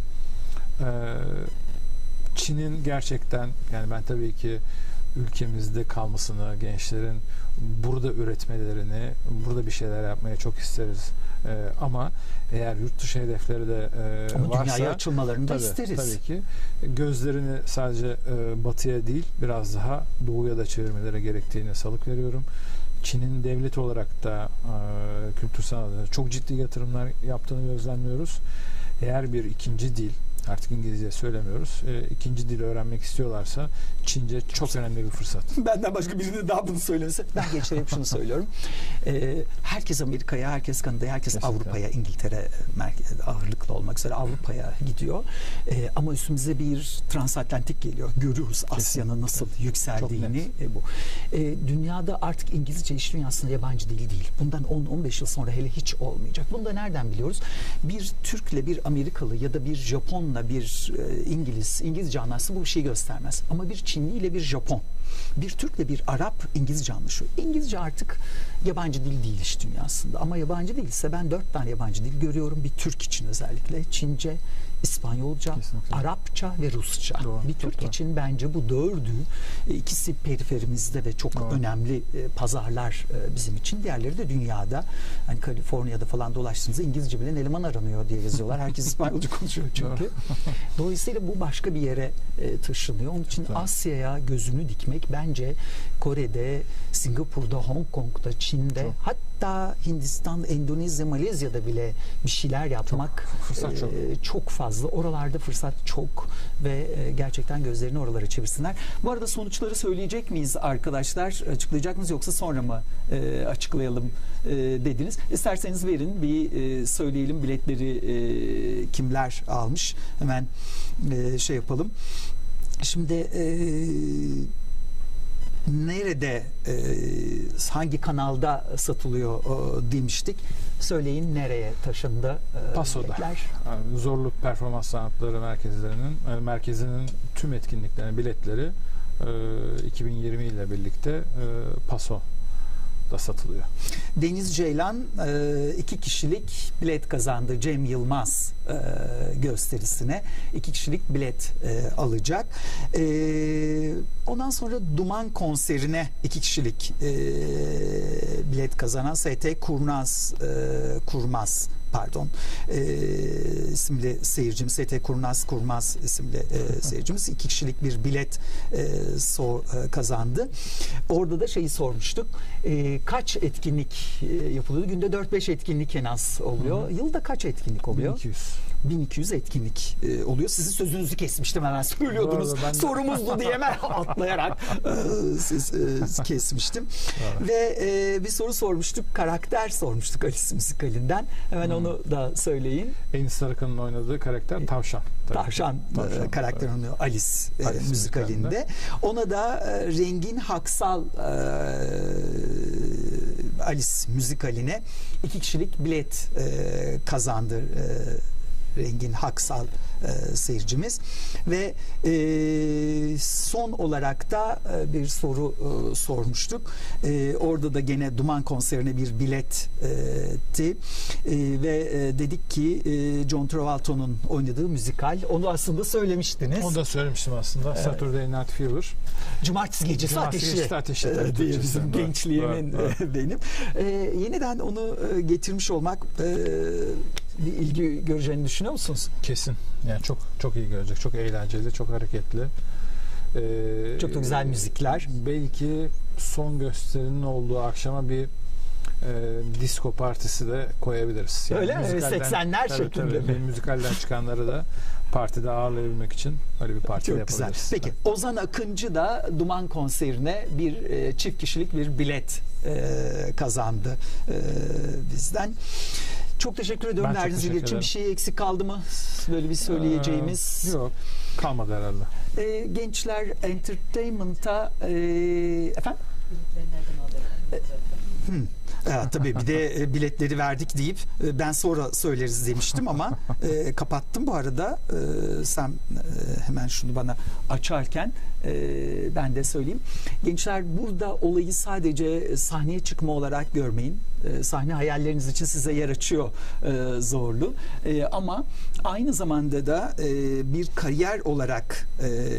Çin'in gerçekten yani ben tabii ki ülkemizde kalmasını, gençlerin burada üretmelerini, burada bir şeyler yapmaya çok isteriz. Ama eğer yurt dışı hedefleri de varsa dünyaya açılmalarını da isteriz. Tabii ki. Gözlerini sadece batıya değil biraz daha doğuya da çevirmeleri gerektiğine salık veriyorum. Çin'in devlet olarak da kültür sanatına çok ciddi yatırımlar yaptığını gözlemliyoruz. Eğer bir ikinci dil, artık İngilizce söylemiyoruz, ikinci dil öğrenmek istiyorlarsa Çince çok önemli bir fırsat. Benden başka birinin daha bunu söylemesi. Ben gençlere hep şunu söylüyorum. Herkes Amerika'ya, herkes Kanada'ya, herkes kesinlikle Avrupa'ya, İngiltere ağırlıklı olmak üzere Avrupa'ya gidiyor. Ama üstümüze bir transatlantik geliyor. Görüyoruz Asya'nın nasıl yükseldiğini. Bu. Dünyada artık İngilizce iş dünyasında yabancı dil değil. Bundan 10-15 yıl sonra hele hiç olmayacak. Bunu da nereden biliyoruz? Bir Türk'le bir Amerikalı ya da bir Japon'la bir İngilizce anlaşsa bu bir şey göstermez. Ama bir Çinli ile bir Japon, bir Türk'le bir Arap İngilizce anlaşıyor. İngilizce artık yabancı dil değil iş dünyasında. Ama yabancı değilse ben 4 tane yabancı dil görüyorum. Bir Türk için özellikle. Çince, İspanyolca, Kesinlikle. Arapça ve Rusça. Doğru, Bir çok Türk doğru. için bence bu dördü, ikisi periferimizde ve çok Doğru. önemli pazarlar bizim için. Diğerleri de dünyada. Hani Kaliforniya'da falan dolaştığınızda İngilizce bilen eleman aranıyor diye yazıyorlar. Herkes İspanyolca konuşuyor çünkü. Dolayısıyla bu başka bir yere taşınıyor. Onun için Doğru. Asya'ya gözünü dikmek bence Kore'de, Singapur'da, Hong Kong'da, Çin'de, Çok. hatta Hindistan, Endonezya, Malezya'da bile bir şeyler yapmak Fırsat çok. çok fazla. Oralarda fırsat çok ve gerçekten gözlerini oralara çevirsinler. Bu arada sonuçları söyleyecek miyiz arkadaşlar? Açıklayacak mıyız yoksa sonra mı açıklayalım dediniz? İsterseniz verin bir söyleyelim biletleri kimler almış. Hemen şey yapalım. Şimdi nerede, hangi kanalda satılıyor demiştik. Söyleyin, nereye taşındı Paso'da. biletler? Yani Zorluk Performans Sanatları merkezinin tüm etkinliklerinin biletleri 2020 ile birlikte Paso'da satılıyor. Deniz Ceylan 2 kişilik bilet kazandı. Cem Yılmaz gösterisine 2 kişilik bilet alacak. Ondan sonra Duman konserine 2 kişilik bilet kazanan ST Kurnaz isimli seyircimiz, ST Kurnaz isimli seyircimiz 2 kişilik bir bilet kazandı. Orada da şeyi sormuştuk. Kaç etkinlik yapılıyor? Günde 4-5 etkinlik en az oluyor. Yılda kaç etkinlik oluyor? 1200. 1200 etkinlik oluyor. Sizin sözünüzü kesmiştim, hemen söylüyordunuz. Ben de... Sorumuzdu diye hemen atlayarak siz kesmiştim. Ve bir soru sormuştuk. Karakter sormuştuk Alice müzikalinden. Hemen onu da söyleyin. Enis Sarıkan'ın oynadığı karakter Tavşan. Tavşan karakter oynuyor Alice müzikalinde. Ona da Rengin Haksal Alice müzikaline 2 kişilik bilet kazandı Rengin Haksal seyircimiz ve son olarak da bir soru sormuştuk. Orada da gene Duman konserine bir biletti ve dedik ki John Travolta'nın oynadığı müzikal, onu aslında söylemiştiniz. Onu da söylemiştim aslında. Evet. Saturday Night Fever. Cumartesi gecesi ateşi diye bizim gençliğimin benim. Yeniden onu getirmiş olmak bir ilgi göreceğini düşünüyor musunuz? Kesin. Yani çok iyi görecek. Çok eğlenceli, çok hareketli. Çok da güzel müzikler. Belki son gösterinin olduğu akşama bir disco partisi de koyabiliriz. Yani öyle mi? 80'ler şeklinde. Tabii. Müzikalden çıkanları da partide ağırlayabilmek için öyle bir parti çok yapabiliriz. Güzel. Peki Ozan Akıncı da Duman konserine bir çift kişilik bir bilet kazandı bizden. Çok teşekkür ediyorum verdiğiniz bilgi için. Bir şey eksik kaldı mı? Böyle bir söyleyeceğimiz. Yok. Kalmadı herhalde. Gençler Entertainment'a efendim? Tabii bir de biletleri verdik deyip ben sonra söyleriz demiştim ama kapattım bu arada. Sen hemen şunu bana açarken ben de söyleyeyim. Gençler, burada olayı sadece sahneye çıkma olarak görmeyin. Sahne hayalleriniz için size yer açıyor Zorlu. Ama aynı zamanda da bir kariyer olarak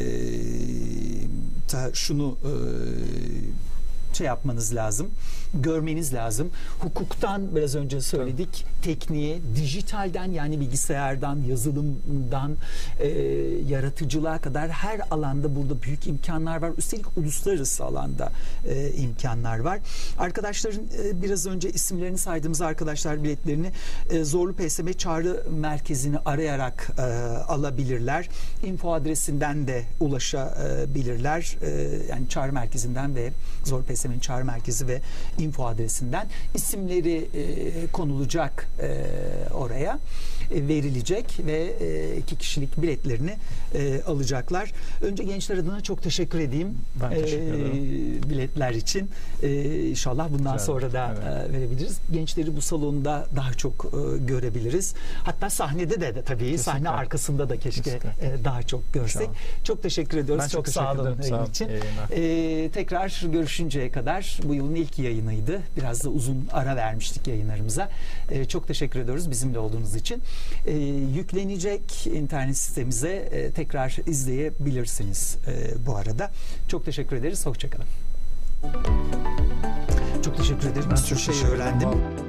şunu şey yapmanız lazım, görmeniz lazım. Hukuktan biraz önce söyledik, tekniğe, dijitalden yani bilgisayardan, yazılımdan, yaratıcılığa kadar her alanda burada büyük imkanlar var. Üstelik uluslararası alanda imkanlar var. Arkadaşların biraz önce isimlerini saydığımız arkadaşlar biletlerini Zorlu PSM Çağrı Merkezi'ni arayarak alabilirler. Info adresinden de ulaşabilirler. Yani Çağrı Merkezi'nden ve Zorlu PSM'nin Çağrı Merkezi ve info adresinden isimleri konulacak oraya. verilecek ve 2 kişilik biletlerini alacaklar. Önce gençler adına çok teşekkür edeyim. Ben teşekkür ederim. Biletler için. İnşallah bundan Güzel. sonra da verebiliriz. Gençleri bu salonda daha çok görebiliriz. Hatta sahnede de tabii Kesinlikle. sahne arkasında da keşke daha çok görsek. Çok teşekkür ediyoruz. Ben çok sağ olun için. Tekrar görüşünceye kadar bu yılın ilk yayınıydı. Biraz da uzun ara vermiştik yayınlarımıza. Çok teşekkür ediyoruz bizimle olduğunuz için. Yüklenecek internet sitemize tekrar izleyebilirsiniz bu arada. Çok teşekkür ederiz. Hoşçakalın. Çok teşekkür ederim. Bir sürü şey öğrendim.